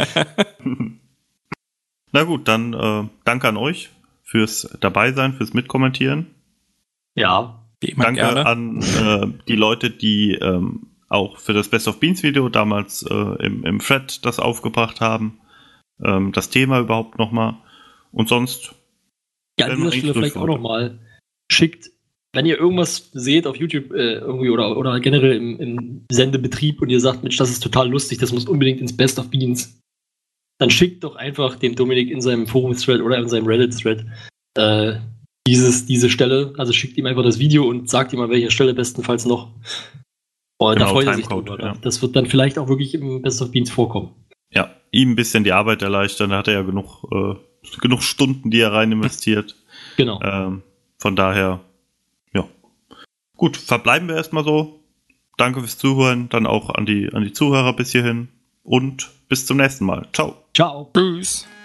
Na gut, dann danke an euch fürs Dabeisein, fürs Mitkommentieren. Ja. Danke gerne an die Leute, die auch für das Best of Beans Video damals im Thread das aufgebracht haben. Das Thema überhaupt nochmal. Und sonst. Ja, an dieser Stelle vielleicht auch nochmal. Schickt, wenn ihr irgendwas seht auf YouTube irgendwie oder generell im Sendebetrieb und ihr sagt, Mensch, das ist total lustig, das muss unbedingt ins Best of Beans, dann schickt doch einfach dem Dominik in seinem Forum-Thread oder in seinem Reddit-Thread diese Stelle. Also schickt ihm einfach das Video und sagt ihm an welcher Stelle bestenfalls noch. Und da freut er sich drüber. Ja. Das wird dann vielleicht auch wirklich im Best of Beans vorkommen. Ja, ihm ein bisschen die Arbeit erleichtern. Da hat er ja genug Stunden, die er rein investiert. Genau. Von daher, ja. Gut, verbleiben wir erstmal so. Danke fürs Zuhören. Dann auch an die Zuhörer bis hierhin. Und bis zum nächsten Mal. Ciao. Ciao. Tschüss.